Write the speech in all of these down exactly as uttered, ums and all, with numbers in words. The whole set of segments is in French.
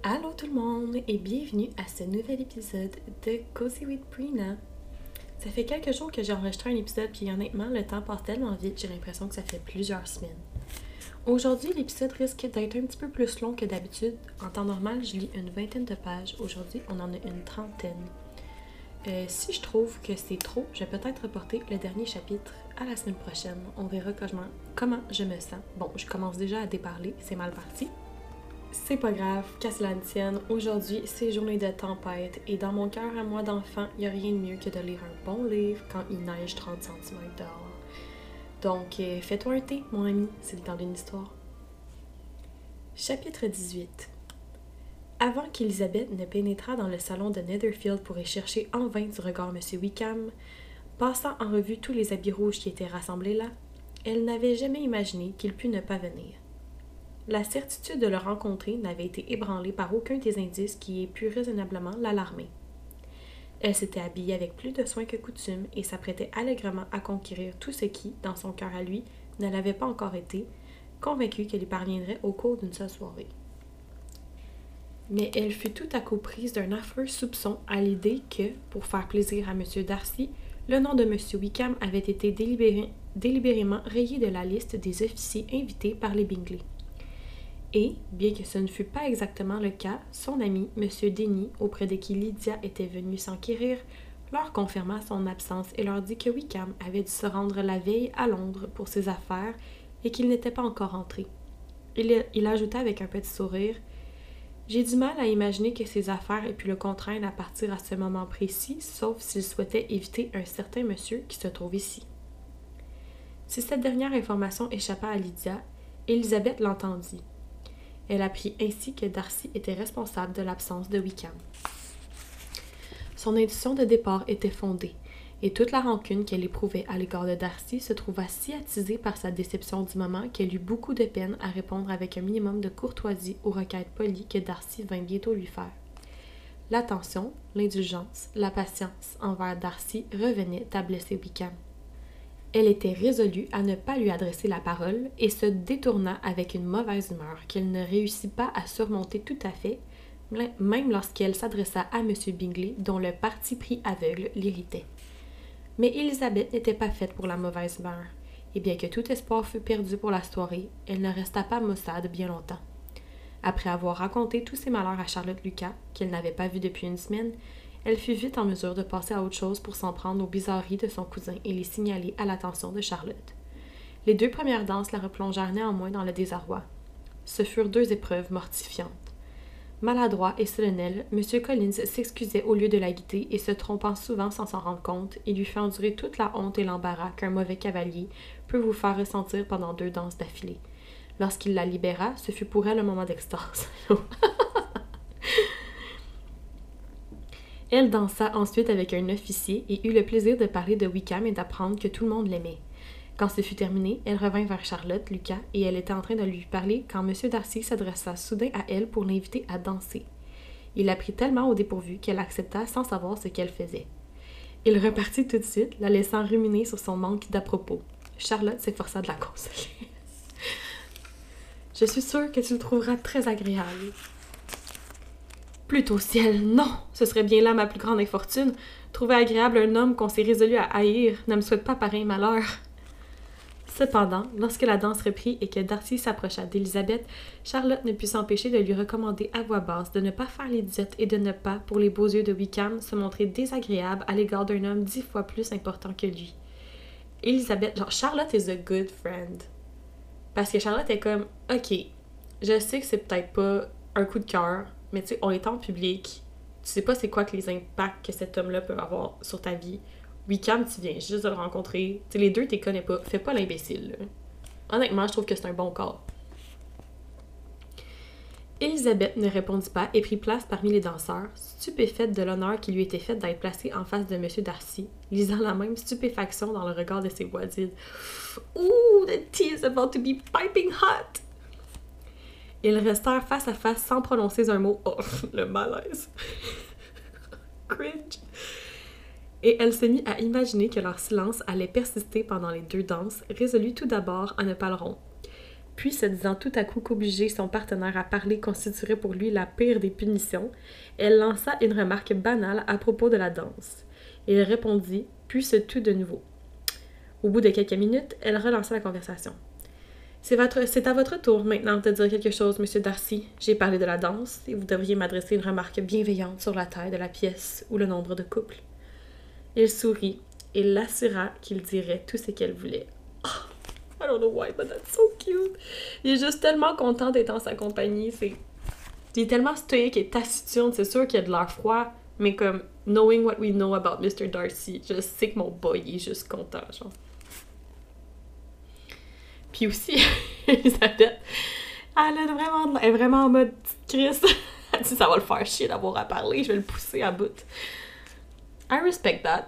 Allô tout le monde et bienvenue à ce nouvel épisode de Cozy with Brina. Ça fait quelques jours que j'ai enregistré un épisode puis honnêtement le temps passe tellement vite, j'ai l'impression que ça fait plusieurs semaines. Aujourd'hui l'épisode risque d'être un petit peu plus long que d'habitude. En temps normal je lis une vingtaine de pages, aujourd'hui on en a une trentaine. Euh, si je trouve que c'est trop, je vais peut-être reporter le dernier chapitre à la semaine prochaine. On verra comment, comment je me sens. Bon, je commence déjà à déparler, c'est mal parti. C'est pas grave, qu'à cela ne tienne, aujourd'hui c'est journée de tempête et dans mon cœur à moi d'enfant, il n'y a rien de mieux que de lire un bon livre quand il neige trente centimètres dehors. Donc euh, fais-toi un thé mon ami, c'est le temps d'une histoire. Chapitre dix-huit. Avant qu'Elisabeth ne pénétrât dans le salon de Netherfield pour y chercher en vain du regard M. Wickham, passant en revue tous les habits rouges qui étaient rassemblés là, elle n'avait jamais imaginé qu'il pût ne pas venir. La certitude de le rencontrer n'avait été ébranlée par aucun des indices qui aient pu raisonnablement l'alarmer. Elle s'était habillée avec plus de soin que coutume et s'apprêtait allègrement à conquérir tout ce qui, dans son cœur à lui, ne l'avait pas encore été, convaincue qu'elle y parviendrait au cours d'une seule soirée. Mais elle fut tout à coup prise d'un affreux soupçon à l'idée que, pour faire plaisir à M. Darcy, le nom de M. Wickham avait été délibéré, délibérément rayé de la liste des officiers invités par les Bingley. Et, bien que ce ne fût pas exactement le cas, son ami, M. Denny, auprès de qui Lydia était venue s'enquérir, leur confirma son absence et leur dit que Wickham avait dû se rendre la veille à Londres pour ses affaires et qu'il n'était pas encore entré. Il, il ajouta avec un petit sourire « J'ai du mal à imaginer que ses affaires aient pu le contraindre à partir à ce moment précis, sauf s'il souhaitait éviter un certain monsieur qui se trouve ici. » Si cette dernière information échappa à Lydia, Élisabeth l'entendit. Elle apprit ainsi que Darcy était responsable de l'absence de Wickham. Son intuition de départ était fondée, et toute la rancune qu'elle éprouvait à l'égard de Darcy se trouva si attisée par sa déception du moment qu'elle eut beaucoup de peine à répondre avec un minimum de courtoisie aux requêtes polies que Darcy vint bientôt lui faire. L'attention, l'indulgence, la patience envers Darcy revenaient à blesser Wickham. Elle était résolue à ne pas lui adresser la parole et se détourna avec une mauvaise humeur qu'elle ne réussit pas à surmonter tout à fait, même lorsqu'elle s'adressa à M. Bingley, dont le parti pris aveugle l'irritait. Mais Élisabeth n'était pas faite pour la mauvaise humeur, et bien que tout espoir fût perdu pour la soirée, elle ne resta pas maussade bien longtemps. Après avoir raconté tous ses malheurs à Charlotte Lucas, qu'elle n'avait pas vue depuis une semaine, elle fut vite en mesure de passer à autre chose pour s'en prendre aux bizarreries de son cousin et les signaler à l'attention de Charlotte. Les deux premières danses la replongèrent néanmoins dans le désarroi. Ce furent deux épreuves mortifiantes. Maladroit et solennel, M. Collins s'excusait au lieu de la guider et se trompant souvent sans s'en rendre compte, il lui fait endurer toute la honte et l'embarras qu'un mauvais cavalier peut vous faire ressentir pendant deux danses d'affilée. Lorsqu'il la libéra, ce fut pour elle un moment d'extase. Elle dansa ensuite avec un officier et eut le plaisir de parler de Wickham et d'apprendre que tout le monde l'aimait. Quand ce fut terminé, elle revint vers Charlotte Lucas et elle était en train de lui parler quand M. Darcy s'adressa soudain à elle pour l'inviter à danser. Il la prit tellement au dépourvu qu'elle accepta sans savoir ce qu'elle faisait. Il repartit tout de suite, la laissant ruminer sur son manque d'à-propos. Charlotte s'efforça de la consoler. « Je suis sûre que tu le trouveras très agréable. » Plutôt ciel, non! Ce serait bien là ma plus grande infortune. Trouver agréable un homme qu'on s'est résolu à haïr ne me souhaite pas pareil malheur. Cependant, lorsque la danse reprit et que Darcy s'approcha d'Élisabeth, Charlotte ne put s'empêcher de lui recommander à voix basse de ne pas faire l'idiote et de ne pas, pour les beaux yeux de Wickham, se montrer désagréable à l'égard d'un homme dix fois plus important que lui. Élisabeth, genre Charlotte is a good friend. Parce que Charlotte est comme, ok, je sais que c'est peut-être pas un coup de cœur, mais tu sais, on est en public, tu sais pas c'est quoi que les impacts que cet homme-là peut avoir sur ta vie. Wickham, tu viens juste de le rencontrer. Tu sais, les deux, t'es connais pas. Fais pas l'imbécile, là. Honnêtement, je trouve que c'est un bon cas. Élisabeth ne répondit pas et prit place parmi les danseurs, stupéfaite de l'honneur qui lui était fait d'être placée en face de M. Darcy, lisant la même stupéfaction dans le regard de ses voisines. « Ooh, the tea is about to be piping hot! » Ils restèrent face à face sans prononcer un mot. Oh, le malaise! Cringe! Et elle se mit à imaginer que leur silence allait persister pendant les deux danses, résolue tout d'abord à ne pas le rompre. Puis, se disant tout à coup qu'obliger son partenaire à parler constituerait pour lui la pire des punitions, elle lança une remarque banale à propos de la danse. Il répondit, puis se tut de nouveau. Au bout de quelques minutes, elle relança la conversation. C'est, votre, c'est à votre tour maintenant de dire quelque chose, Monsieur Darcy. J'ai parlé de la danse et vous devriez m'adresser une remarque bienveillante sur la taille de la pièce ou le nombre de couples. Il sourit et l'assura qu'il dirait tout ce qu'elle voulait. Oh, I don't know why, but that's so cute. Il est juste tellement content d'être en sa compagnie. C'est... Il est tellement stoïque et taciturne. C'est sûr qu'il a de l'air froid, mais comme, knowing what we know about Mister Darcy, je sais que mon boy il est juste content, genre. Puis aussi, Elisabeth, elle, a vraiment, elle est vraiment en mode petite crise. Elle dit, ça va le faire chier d'avoir à parler, je vais le pousser à bout. I respect that.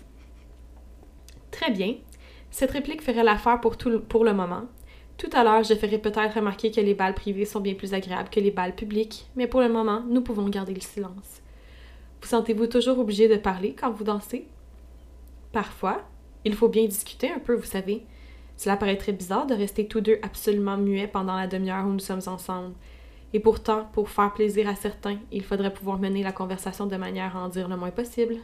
Très bien. Cette réplique ferait l'affaire pour, tout, pour le moment. Tout à l'heure, je ferai peut-être remarquer que les bals privés sont bien plus agréables que les bals publics, mais pour le moment, nous pouvons garder le silence. Vous sentez-vous toujours obligé de parler quand vous dansez? Parfois. Il faut bien discuter un peu, vous savez. Cela paraîtrait bizarre de rester tous deux absolument muets pendant la demi-heure où nous sommes ensemble. Et pourtant, pour faire plaisir à certains, il faudrait pouvoir mener la conversation de manière à en dire le moins possible.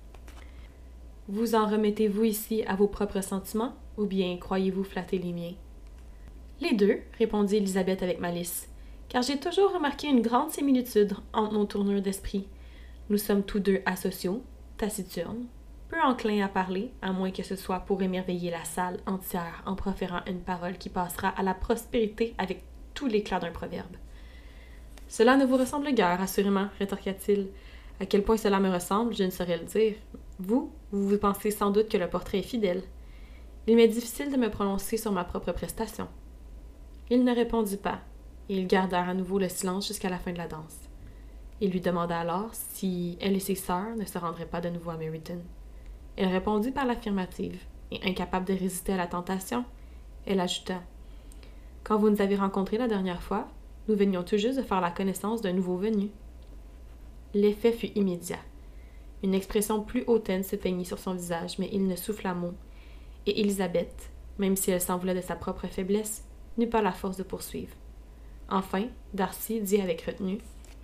Vous en remettez-vous ici à vos propres sentiments, ou bien croyez-vous flatter les miens? Les deux, répondit Elisabeth avec malice, car j'ai toujours remarqué une grande similitude entre nos tournures d'esprit. Nous sommes tous deux asociaux, taciturnes, peu enclins à parler, à moins que ce soit pour émerveiller la salle entière en proférant une parole qui passera à la prospérité avec tout l'éclat d'un proverbe. « Cela ne vous ressemble guère, assurément, rétorqua-t-il. À quel point cela me ressemble, je ne saurais le dire. Vous, vous vous pensez sans doute que le portrait est fidèle. Il m'est difficile de me prononcer sur ma propre prestation. » Il ne répondit pas, et ils gardèrent à nouveau le silence jusqu'à la fin de la danse. Il lui demanda alors si elle et ses sœurs ne se rendraient pas de nouveau à Meryton. Elle répondit par l'affirmative, et incapable de résister à la tentation, elle ajouta « Quand vous nous avez rencontrés la dernière fois, nous venions tout juste de faire la connaissance d'un nouveau venu. » L'effet fut immédiat. Une expression plus hautaine se peignit sur son visage, mais il ne souffla mot, et Elisabeth, même si elle s'en voulait de sa propre faiblesse, n'eut pas la force de poursuivre. Enfin, Darcy dit avec retenue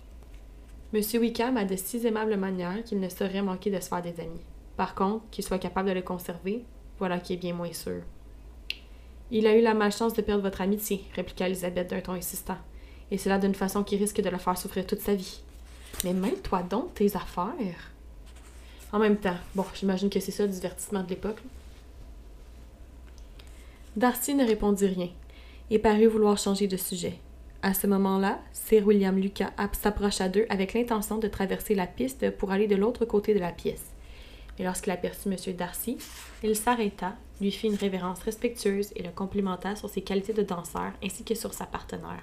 « Monsieur Wickham a de si aimables manières qu'il ne saurait manquer de se faire des amis. Par contre, qu'il soit capable de le conserver, voilà qui est bien moins sûr. »« Il a eu la malchance de perdre votre amitié, » répliqua Elisabeth d'un ton insistant, « et cela d'une façon qui risque de le faire souffrir toute sa vie. Mais mêle-toi donc tes affaires. » En même temps, bon, j'imagine que c'est ça le divertissement de l'époque. Darcy ne répondit rien, et parut vouloir changer de sujet. À ce moment-là, Sir William Lucas s'approcha d'eux avec l'intention de traverser la piste pour aller de l'autre côté de la pièce. Et lorsqu'il aperçut M. Darcy, il s'arrêta, lui fit une révérence respectueuse et le complimenta sur ses qualités de danseur ainsi que sur sa partenaire.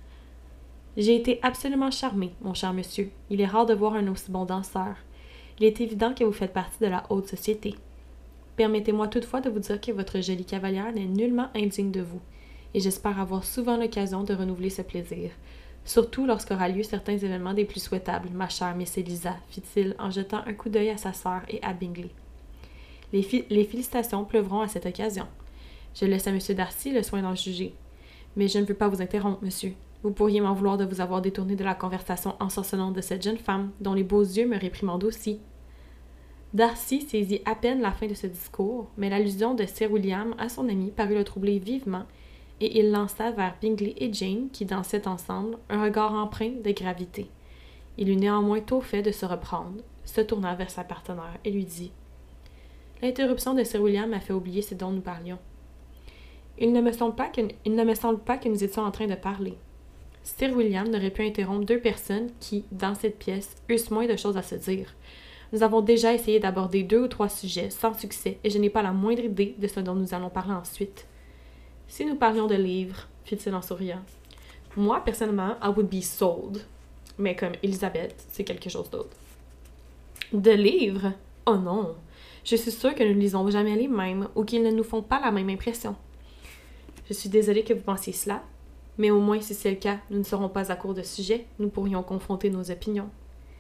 « J'ai été absolument charmée, mon cher monsieur. Il est rare de voir un aussi bon danseur. Il est évident que vous faites partie de la haute société. Permettez-moi toutefois de vous dire que votre jolie cavalière n'est nullement indigne de vous, et j'espère avoir souvent l'occasion de renouveler ce plaisir, surtout lorsqu'aura lieu certains événements des plus souhaitables, ma chère Miss Elisa, fit-il en jetant un coup d'œil à sa sœur et à Bingley. Les, fi- les félicitations pleuvront à cette occasion. Je laisse à M. Darcy le soin d'en juger. Mais je ne veux pas vous interrompre, monsieur. Vous pourriez m'en vouloir de vous avoir détourné de la conversation ensorcelante de cette jeune femme, dont les beaux yeux me réprimandent aussi. Darcy saisit à peine la fin de ce discours, mais l'allusion de Sir William à son ami parut le troubler vivement, et il lança vers Bingley et Jane, qui dansaient ensemble, un regard empreint de gravité. Il eut néanmoins tôt fait de se reprendre, se tourna vers sa partenaire et lui dit « L'interruption de Sir William m'a fait oublier ce dont nous parlions. Il ne me semble pas que, il ne me semble pas que nous étions en train de parler. Sir William n'aurait pu interrompre deux personnes qui, dans cette pièce, eussent moins de choses à se dire. Nous avons déjà essayé d'aborder deux ou trois sujets sans succès et je n'ai pas la moindre idée de ce dont nous allons parler ensuite. Si nous parlions de livres, fit-il en souriant. Moi, personnellement, I would be sold. Mais comme Elisabeth, c'est quelque chose d'autre. De livres? Oh non! Je suis sûre que nous ne lisons jamais les mêmes ou qu'ils ne nous font pas la même impression. Je suis désolée que vous pensiez cela, mais au moins si c'est le cas, nous ne serons pas à court de sujets, nous pourrions confronter nos opinions.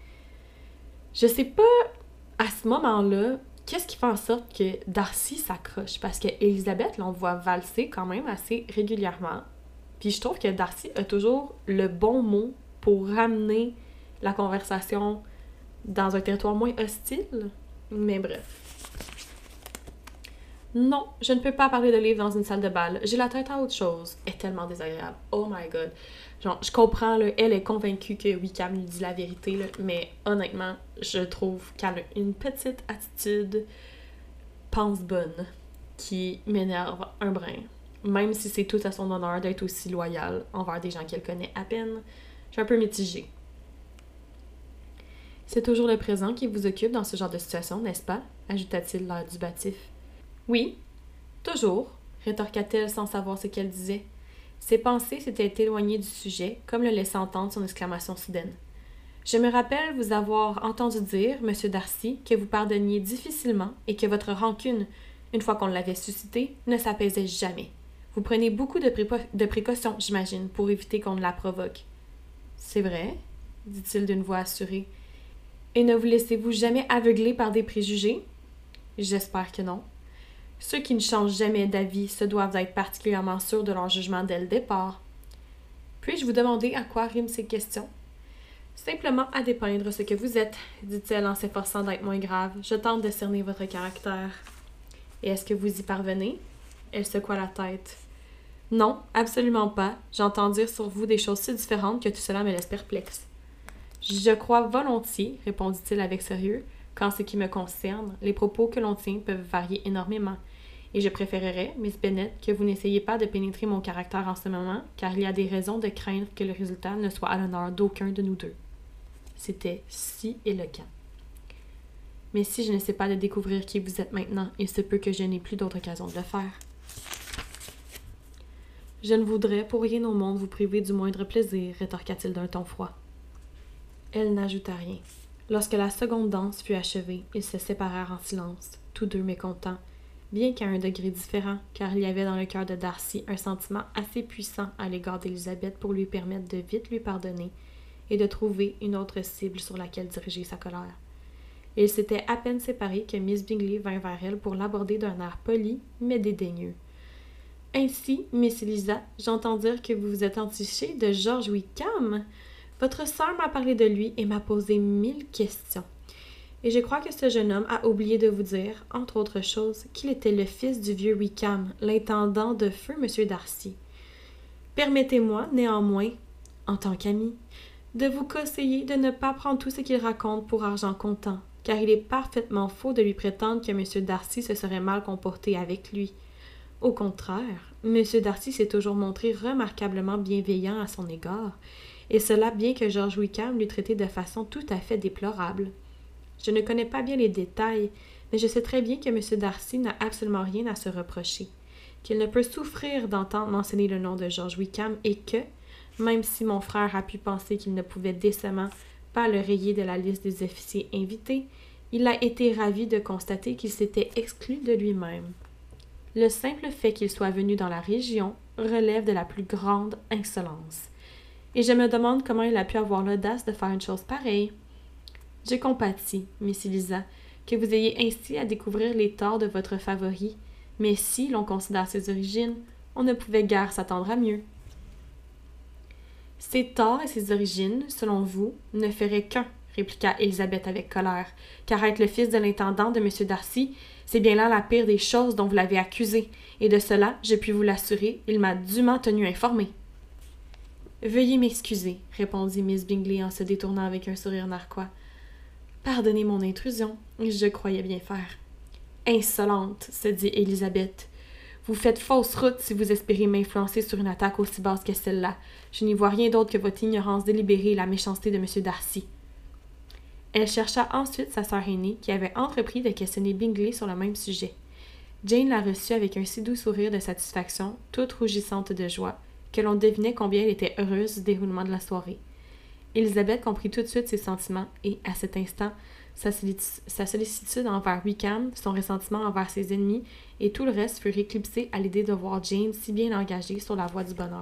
Je sais pas, à ce moment-là, qu'est-ce qui fait en sorte que Darcy s'accroche? Parce que Elisabeth, là, on voit valser quand même assez régulièrement. Puis je trouve que Darcy a toujours le bon mot pour ramener la conversation dans un territoire moins hostile. Mais bref. Non, je ne peux pas parler de livres dans une salle de bal. J'ai la tête à autre chose. Elle est tellement désagréable. Oh my god. Genre, je comprends, là, elle est convaincue que Wickham lui dit la vérité, là, mais honnêtement, je trouve qu'elle a une petite attitude pense bonne qui m'énerve un brin. Même si c'est tout à son honneur d'être aussi loyale envers des gens qu'elle connaît à peine, je suis un peu mitigée. C'est toujours le présent qui vous occupe dans ce genre de situation, n'est-ce pas? Ajouta-t-il l'air dubatif. Oui, toujours, rétorqua-t-elle sans savoir ce qu'elle disait. Ses pensées s'étaient éloignées du sujet, comme le laissait entendre son exclamation soudaine. Je me rappelle vous avoir entendu dire, monsieur Darcy, que vous pardonniez difficilement et que votre rancune, une fois qu'on l'avait suscitée, ne s'apaisait jamais. Vous prenez beaucoup de, prépo- de précautions, j'imagine, pour éviter qu'on ne la provoque. C'est vrai, dit-il d'une voix assurée. Et ne vous laissez-vous jamais aveugler par des préjugés? J'espère que non. Ceux qui ne changent jamais d'avis se doivent être particulièrement sûrs de leur jugement dès le départ. Puis-je vous demander à quoi riment ces questions? Simplement à dépeindre ce que vous êtes, dit-elle en s'efforçant d'être moins grave. Je tente de cerner votre caractère. Et est-ce que vous y parvenez? Elle secoua la tête. Non, absolument pas. J'entends dire sur vous des choses si différentes que tout cela me laisse perplexe. Je crois volontiers, répondit-il avec sérieux, qu'en ce qui me concerne, les propos que l'on tient peuvent varier énormément. Et je préférerais, Miss Bennet, que vous n'essayiez pas de pénétrer mon caractère en ce moment, car il y a des raisons de craindre que le résultat ne soit à l'honneur d'aucun de nous deux. C'était si éloquent. Mais si je ne sais pas de découvrir qui vous êtes maintenant, il se peut que je n'ai plus d'autre occasion de le faire. Je ne voudrais pour rien au monde vous priver du moindre plaisir, rétorqua-t-il d'un ton froid. Elle n'ajouta rien. Lorsque la seconde danse fut achevée, ils se séparèrent en silence, tous deux mécontents, bien qu'à un degré différent, car il y avait dans le cœur de Darcy un sentiment assez puissant à l'égard d'Élisabeth pour lui permettre de vite lui pardonner et de trouver une autre cible sur laquelle diriger sa colère. Ils s'étaient à peine séparés que Miss Bingley vint vers elle pour l'aborder d'un air poli, mais dédaigneux. « Ainsi, Miss Eliza, j'entends dire que vous vous êtes entichée de George Wickham. Votre sœur m'a parlé de lui et m'a posé mille questions. Et je crois que ce jeune homme a oublié de vous dire, entre autres choses, qu'il était le fils du vieux Wickham, l'intendant de feu M. Darcy. Permettez-moi, néanmoins, en tant qu'ami, de vous conseiller de ne pas prendre tout ce qu'il raconte pour argent comptant, car il est parfaitement faux de lui prétendre que M. Darcy se serait mal comporté avec lui. Au contraire, M. Darcy s'est toujours montré remarquablement bienveillant à son égard, et cela bien que George Wickham l'eût traité de façon tout à fait déplorable. Je ne connais pas bien les détails, mais je sais très bien que M. Darcy n'a absolument rien à se reprocher, qu'il ne peut souffrir d'entendre mentionner le nom de George Wickham et que, même si mon frère a pu penser qu'il ne pouvait décemment pas le rayer de la liste des officiers invités, il a été ravi de constater qu'il s'était exclu de lui-même. Le simple fait qu'il soit venu dans la région relève de la plus grande insolence. Et je me demande comment il a pu avoir l'audace de faire une chose pareille. Je compatis, Miss Eliza, que vous ayez ainsi à découvrir les torts de votre favori, mais si l'on considère ses origines, on ne pouvait guère s'attendre à mieux. Ses torts et ses origines, selon vous, ne feraient qu'un, répliqua Élisabeth avec colère, car être le fils de l'intendant de M. Darcy, c'est bien là la pire des choses dont vous l'avez accusé, et de cela, je puis vous l'assurer, il m'a dûment tenu informé. Veuillez m'excuser, répondit Miss Bingley en se détournant avec un sourire narquois. Pardonnez mon intrusion, je croyais bien faire. Insolente, se dit Élisabeth. Vous faites fausse route si vous espérez m'influencer sur une attaque aussi basse que celle-là. Je n'y vois rien d'autre que votre ignorance délibérée et la méchanceté de M. Darcy. Elle chercha ensuite sa sœur aînée, qui avait entrepris de questionner Bingley sur le même sujet. Jane la reçut avec un si doux sourire de satisfaction, toute rougissante de joie, que l'on devinait combien elle était heureuse du déroulement de la soirée. Élisabeth comprit tout de suite ses sentiments et, à cet instant, sa, solici- sa sollicitude envers Wickham, son ressentiment envers ses ennemis et tout le reste furent éclipsés à l'idée de voir Jane si bien engagée sur la voie du bonheur.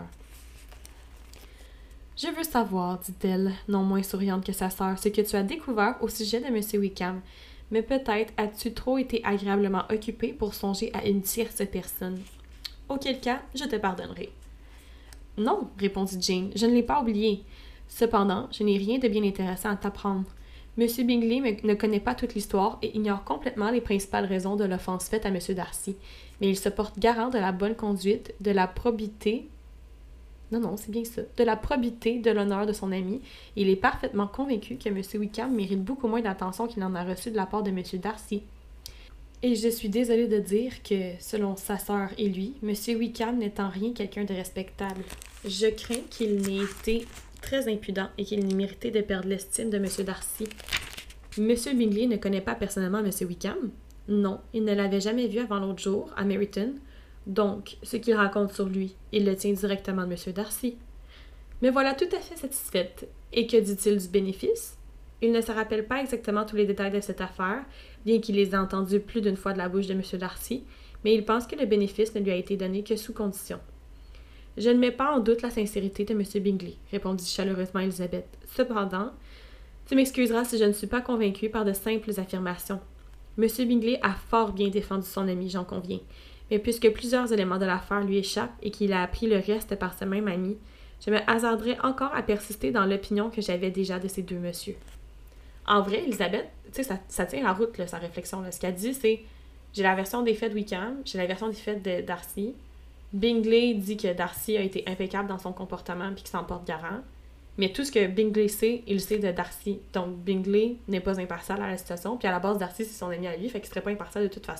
« Je veux savoir, dit-elle, non moins souriante que sa sœur, ce que tu as découvert au sujet de M. Wickham, mais peut-être as-tu trop été agréablement occupée pour songer à une tierce personne. Auquel cas, je te pardonnerai. » Non, répondit Jane, je ne l'ai pas oublié. Cependant, je n'ai rien de bien intéressant à t'apprendre. Monsieur Bingley me- ne connaît pas toute l'histoire et ignore complètement les principales raisons de l'offense faite à Monsieur Darcy, mais il se porte garant de la bonne conduite, de la probité... Non, non, c'est bien ça. De la probité, de l'honneur de son ami. Il est parfaitement convaincu que Monsieur Wickham mérite beaucoup moins d'attention qu'il en a reçu de la part de Monsieur Darcy. Et je suis désolée de dire que, selon sa sœur et lui, Monsieur Wickham n'est en rien quelqu'un de respectable. Je crains qu'il n'ait été très impudent et qu'il n'ait mérité de perdre l'estime de Monsieur Darcy. Monsieur Bingley ne connaît pas personnellement Monsieur Wickham? Non, il ne l'avait jamais vu avant l'autre jour, à Meryton. Donc, ce qu'il raconte sur lui, il le tient directement de Monsieur Darcy. Me voilà tout à fait satisfaite. Et que dit-il du bénéfice? Il ne se rappelle pas exactement tous les détails de cette affaire, bien qu'il les ait entendus plus d'une fois de la bouche de Monsieur Darcy, mais il pense que le bénéfice ne lui a été donné que sous condition. Je ne mets pas en doute la sincérité de Monsieur Bingley, répondit chaleureusement Elisabeth. Cependant, tu m'excuseras si je ne suis pas convaincue par de simples affirmations. Monsieur Bingley a fort bien défendu son ami, j'en conviens. Mais puisque plusieurs éléments de l'affaire lui échappent et qu'il a appris le reste par ce même ami, je me hasarderai encore à persister dans l'opinion que j'avais déjà de ces deux messieurs. En vrai, Elisabeth, tu sais, ça, ça tient la route, là, sa réflexion. Là. Ce qu'elle dit, c'est « J'ai la version des faits de Wickham, j'ai la version des faits de Darcy. Bingley dit que Darcy a été impeccable dans son comportement puis qu'il s'en porte garant. Mais tout ce que Bingley sait, il le sait de Darcy. Donc, Bingley n'est pas impartial à la situation. Puis à la base, Darcy, c'est son ami à lui, fait qu'il serait pas impartial de toute façon. »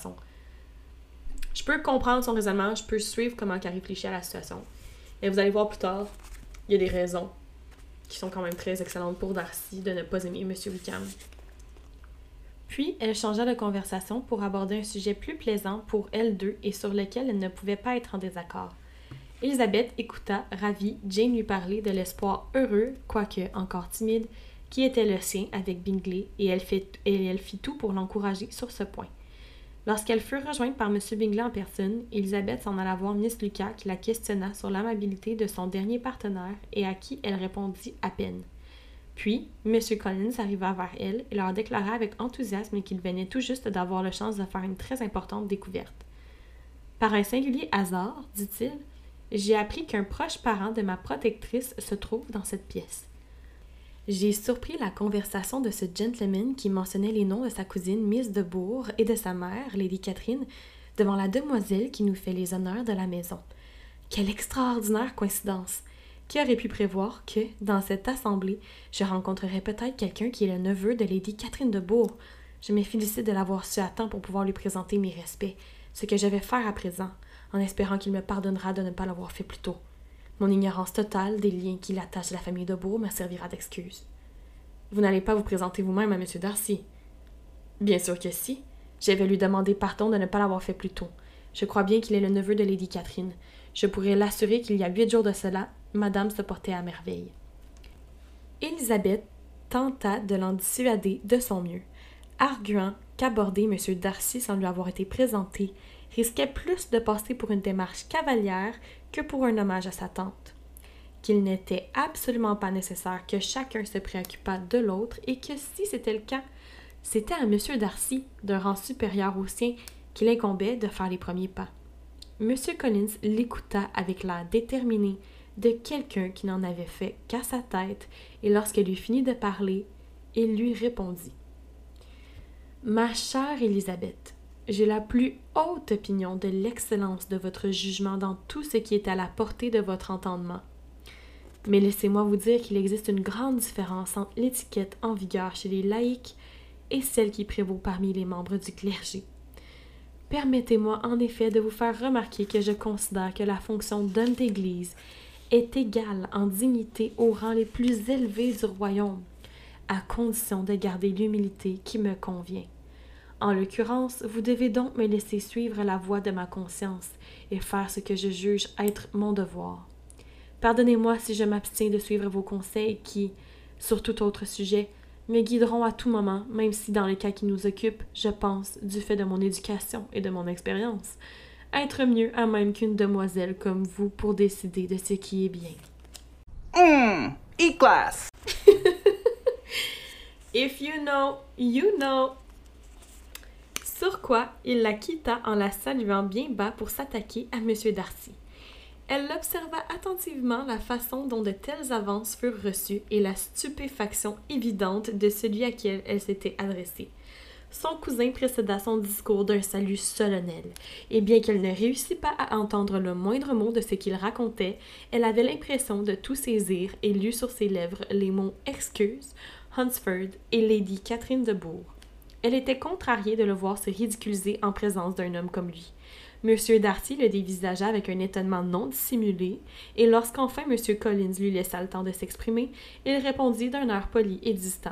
Je peux comprendre son raisonnement, je peux suivre comment elle réfléchit à la situation. Et vous allez voir plus tard, il y a des raisons qui sont quand même très excellentes pour Darcy de ne pas aimer M. Wickham. Puis, elle changea de conversation pour aborder un sujet plus plaisant pour elles deux et sur lequel elle ne pouvait pas être en désaccord. Elisabeth écouta, ravie, Jane lui parler de l'espoir heureux, quoique encore timide, qui était le sien avec Bingley, et elle, fit, et elle fit tout pour l'encourager sur ce point. Lorsqu'elle fut rejointe par M. Bingley en personne, Elisabeth s'en alla voir Miss Lucas qui la questionna sur l'amabilité de son dernier partenaire et à qui elle répondit à peine. Puis, M. Collins arriva vers elle et leur déclara avec enthousiasme qu'il venait tout juste d'avoir la chance de faire une très importante découverte. « Par un singulier hasard, dit-il, j'ai appris qu'un proche parent de ma protectrice se trouve dans cette pièce. » J'ai surpris la conversation de ce gentleman qui mentionnait les noms de sa cousine Miss de Bourgh et de sa mère, Lady Catherine, devant la demoiselle qui nous fait les honneurs de la maison. Quelle extraordinaire coïncidence! Qui aurait pu prévoir que, dans cette assemblée, je rencontrerais peut-être quelqu'un qui est le neveu de Lady Catherine de Bourgh? Je me félicite de l'avoir su à temps pour pouvoir lui présenter mes respects, ce que je vais faire à présent, en espérant qu'il me pardonnera de ne pas l'avoir fait plus tôt. Mon ignorance totale des liens qui l'attachent à la famille de Bourgh me servira d'excuse. Vous n'allez pas vous présenter vous-même à M. Darcy? Bien sûr que si. Je vais lui demander pardon de ne pas l'avoir fait plus tôt. Je crois bien qu'il est le neveu de Lady Catherine. Je pourrais l'assurer qu'il y a huit jours de cela, Madame se portait à merveille. Élisabeth tenta de l'en dissuader de son mieux, arguant qu'aborder M. Darcy sans lui avoir été présenté risquait plus de passer pour une démarche cavalière que pour un hommage à sa tante, qu'il n'était absolument pas nécessaire que chacun se préoccupât de l'autre et que si c'était le cas, c'était à M. Darcy, d'un rang supérieur au sien, qu'il incombait de faire les premiers pas. M. Collins l'écouta avec l'air déterminé de quelqu'un qui n'en avait fait qu'à sa tête, et lorsqu'elle eut fini de parler, il lui répondit. « Ma chère Élisabeth, j'ai la plus haute opinion de l'excellence de votre jugement dans tout ce qui est à la portée de votre entendement. Mais laissez-moi vous dire qu'il existe une grande différence entre l'étiquette en vigueur chez les laïcs et celle qui prévaut parmi les membres du clergé. Permettez-moi en effet de vous faire remarquer que je considère que la fonction d'homme d'Église est égale en dignité aux rangs les plus élevés du royaume, à condition de garder l'humilité qui me convient. En l'occurrence, vous devez donc me laisser suivre la voie de ma conscience et faire ce que je juge être mon devoir. Pardonnez-moi si je m'abstiens de suivre vos conseils qui, sur tout autre sujet, me guideront à tout moment, même si dans les cas qui nous occupent, je pense, du fait de mon éducation et de mon expérience, être mieux à même qu'une demoiselle comme vous pour décider de ce qui est bien. Hum, E-class! If you know, you know. Sur quoi, il la quitta en la saluant bien bas pour s'attaquer à M. Darcy. Elle observa attentivement la façon dont de telles avances furent reçues et la stupéfaction évidente de celui à qui elle s'était adressée. Son cousin précéda son discours d'un salut solennel, et bien qu'elle ne réussit pas à entendre le moindre mot de ce qu'il racontait, elle avait l'impression de tout saisir et lut sur ses lèvres les mots « excuse »,« Hunsford » et « Lady Catherine de Bourg ». Elle était contrariée de le voir se ridiculiser en présence d'un homme comme lui. Monsieur Darcy le dévisagea avec un étonnement non dissimulé, et lorsqu'enfin Monsieur Collins lui laissa le temps de s'exprimer, il répondit d'un air poli et distant.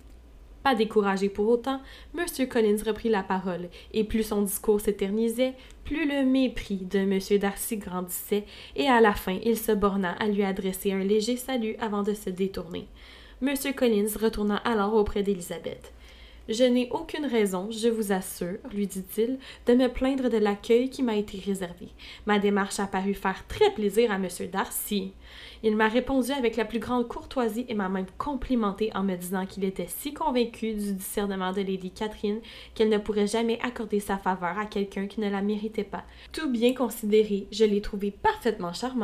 Pas découragé pour autant, Monsieur Collins reprit la parole, et plus son discours s'éternisait, plus le mépris de Monsieur Darcy grandissait, et à la fin il se borna à lui adresser un léger salut avant de se détourner. Monsieur Collins retourna alors auprès d'Élisabeth. « Je n'ai aucune raison, je vous assure, lui dit-il, de me plaindre de l'accueil qui m'a été réservé. Ma démarche a paru faire très plaisir à Monsieur Darcy. Il m'a répondu avec la plus grande courtoisie et m'a même complimenté en me disant qu'il était si convaincu du discernement de Lady Catherine qu'elle ne pourrait jamais accorder sa faveur à quelqu'un qui ne la méritait pas. Tout bien considéré, je l'ai trouvé parfaitement charmant. »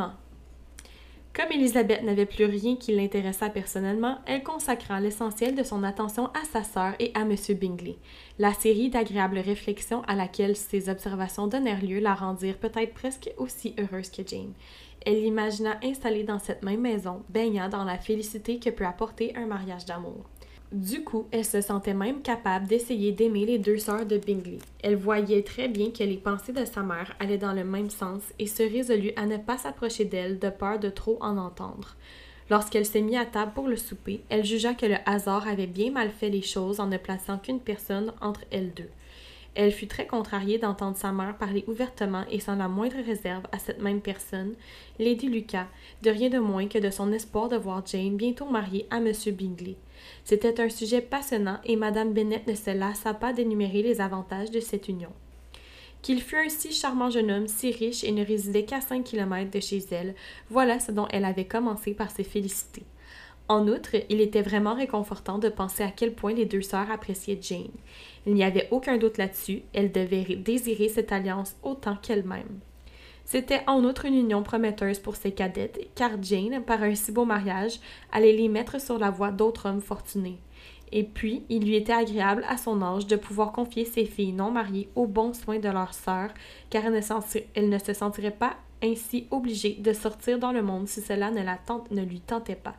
Comme Élisabeth n'avait plus rien qui l'intéressât personnellement, elle consacra l'essentiel de son attention à sa sœur et à M. Bingley. La série d'agréables réflexions à laquelle ces observations donnèrent lieu la rendirent peut-être presque aussi heureuse que Jane. Elle l'imagina installée dans cette même maison, baignant dans la félicité que peut apporter un mariage d'amour. Du coup, elle se sentait même capable d'essayer d'aimer les deux sœurs de Bingley. Elle voyait très bien que les pensées de sa mère allaient dans le même sens et se résolut à ne pas s'approcher d'elle de peur de trop en entendre. Lorsqu'elle s'est mise à table pour le souper, elle jugea que le hasard avait bien mal fait les choses en ne plaçant qu'une personne entre elles deux. Elle fut très contrariée d'entendre sa mère parler ouvertement et sans la moindre réserve à cette même personne, Lady Lucas, de rien de moins que de son espoir de voir Jane bientôt mariée à M. Bingley. C'était un sujet passionnant et Madame Bennet ne se lassa pas d'énumérer les avantages de cette union. Qu'il fût un si charmant jeune homme, si riche et ne résidait qu'à cinq kilomètres de chez elle, voilà ce dont elle avait commencé par se féliciter. En outre, il était vraiment réconfortant de penser à quel point les deux sœurs appréciaient Jane. Il n'y avait aucun doute là-dessus, elle devait désirer cette alliance autant qu'elle-même. C'était en outre une union prometteuse pour ses cadettes, car Jane, par un si beau mariage, allait les mettre sur la voie d'autres hommes fortunés. Et puis, il lui était agréable à son âge de pouvoir confier ses filles non mariées aux bons soins de leur sœur, car elle ne, sentir, elle ne se sentirait pas ainsi obligée de sortir dans le monde si cela ne, la tente, ne lui tentait pas.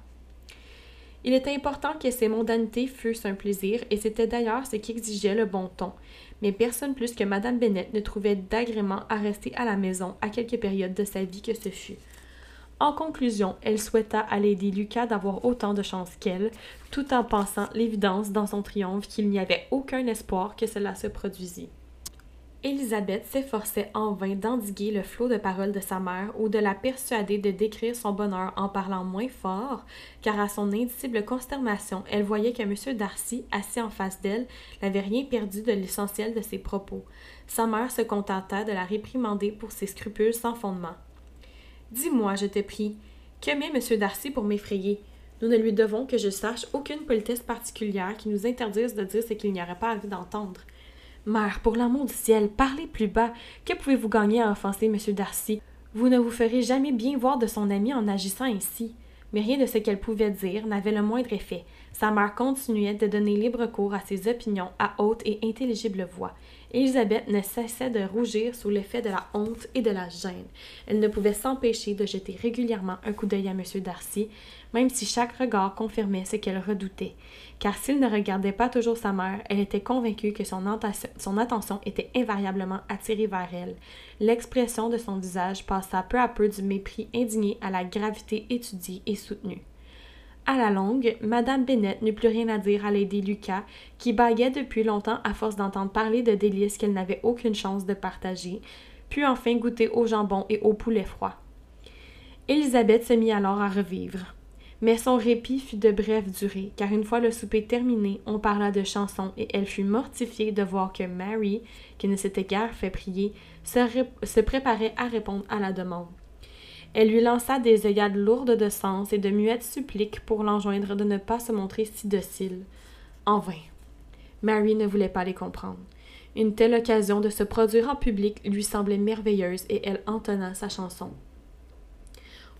Il était important que ces mondanités fussent un plaisir, et c'était d'ailleurs ce qu'exigeait le bon ton, mais personne plus que Madame Bennet ne trouvait d'agrément à rester à la maison à quelque période de sa vie que ce fût. En conclusion, elle souhaita à Lady Lucas d'avoir autant de chance qu'elle, tout en pensant l'évidence dans son triomphe qu'il n'y avait aucun espoir que cela se produisît. Élisabeth s'efforçait en vain d'endiguer le flot de paroles de sa mère ou de la persuader de décrire son bonheur en parlant moins fort, car à son indicible consternation, elle voyait que M. Darcy, assis en face d'elle, n'avait rien perdu de l'essentiel de ses propos. Sa mère se contenta de la réprimander pour ses scrupules sans fondement. « Dis-moi, je te prie, que met M. Darcy pour m'effrayer? Nous ne lui devons que je sache aucune politesse particulière qui nous interdise de dire ce qu'il n'y aurait pas envie d'entendre. » « Mère, pour l'amour du ciel, parlez plus bas. Que pouvez-vous gagner à offenser M. Darcy? Vous ne vous ferez jamais bien voir de son ami en agissant ainsi. » Mais rien de ce qu'elle pouvait dire n'avait le moindre effet. Sa mère continuait de donner libre cours à ses opinions à haute et intelligible voix. Élisabeth ne cessait de rougir sous l'effet de la honte et de la gêne. Elle ne pouvait s'empêcher de jeter régulièrement un coup d'œil à M. Darcy, même si chaque regard confirmait ce qu'elle redoutait. Car s'il ne regardait pas toujours sa mère, elle était convaincue que son, attention, son attention était invariablement attirée vers elle. L'expression de son visage passa peu à peu du mépris indigné à la gravité étudiée et soutenue. À la longue, Madame Bennet n'eut plus rien à dire à Lady Lucas, qui bâillait depuis longtemps à force d'entendre parler de délices qu'elle n'avait aucune chance de partager, puis enfin goûter au jambon et au poulet froid. Élisabeth se mit alors à revivre. Mais son répit fut de brève durée, car une fois le souper terminé, on parla de chansons et elle fut mortifiée de voir que Mary, qui ne s'était guère fait prier, se, ré- se préparait à répondre à la demande. Elle lui lança des œillades lourdes de sens et de muettes suppliques pour l'enjoindre de ne pas se montrer si docile. En vain. Mary ne voulait pas les comprendre. Une telle occasion de se produire en public lui semblait merveilleuse et elle entonna sa chanson.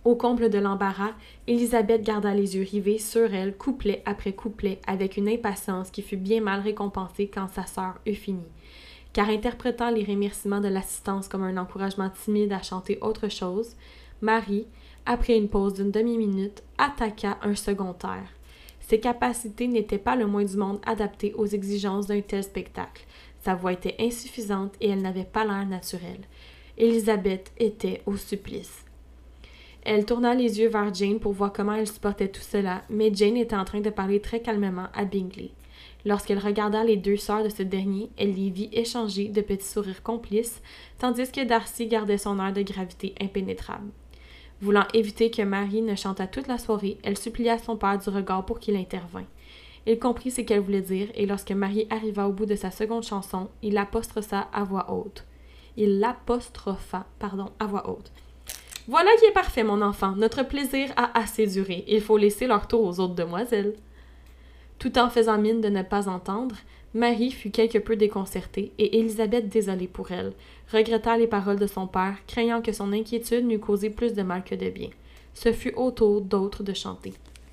Au comble de l'embarras, Élisabeth garda les yeux rivés sur elle, couplet après couplet, avec une impatience qui fut bien mal récompensée quand sa sœur eut fini. Car interprétant les remerciements de l'assistance comme un encouragement timide à chanter autre chose, Marie, après une pause d'une demi-minute, attaqua un second air. Ses capacités n'étaient pas le moins du monde adaptées aux exigences d'un tel spectacle. Sa voix était insuffisante et elle n'avait pas l'air naturel. Élisabeth était au supplice. Elle tourna les yeux vers Jane pour voir comment elle supportait tout cela, mais Jane était en train de parler très calmement à Bingley. Lorsqu'elle regarda les deux sœurs de ce dernier, elle les vit échanger de petits sourires complices, tandis que Darcy gardait son air de gravité impénétrable. Voulant éviter que Marie ne chantât toute la soirée, elle supplia son père du regard pour qu'il intervînt. Il comprit ce qu'elle voulait dire, et lorsque Marie arriva au bout de sa seconde chanson, il l'apostropha à voix haute. Il l'apostropha, pardon, à voix haute. « Voilà qui est parfait, mon enfant. Notre plaisir a assez duré. Il faut laisser leur tour aux autres demoiselles. » Tout en faisant mine de ne pas entendre, Marie fut quelque peu déconcertée et Élisabeth, désolée pour elle, regretta les paroles de son père, craignant que son inquiétude n'eût causé plus de mal que de bien. Ce fut au tour d'autres de chanter.